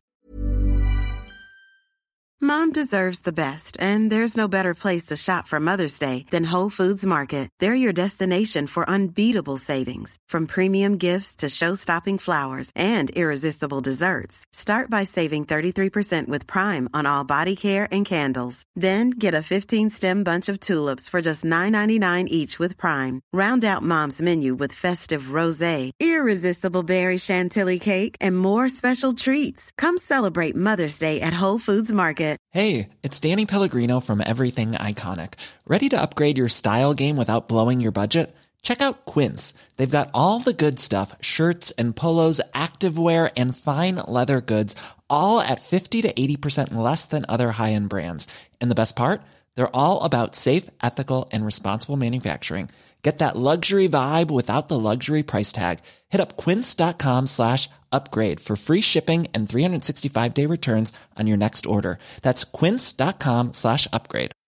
Mom deserves the best, and there's no better place to shop for Mother's Day than Whole Foods Market. They're your destination for unbeatable savings, from premium gifts to show-stopping flowers and irresistible desserts. Start by saving 33% with Prime on all body care and candles. Then get a 15-stem bunch of tulips for just $9.99 each with Prime. Round out Mom's menu with festive rosé, irresistible berry chantilly cake, and more special treats. Come celebrate Mother's Day at Whole Foods Market. Hey, it's Danny Pellegrino from Everything Iconic. Ready to upgrade your style game without blowing your budget? Check out Quince. They've got all the good stuff, shirts and polos, activewear, and fine leather goods, all at 50 to 80% less than other high-end brands. And the best part? They're all about safe, ethical, and responsible manufacturing. Get that luxury vibe without the luxury price tag. Hit up quince.com/upgrade for free shipping and 365-day returns on your next order. That's quince.com/upgrade.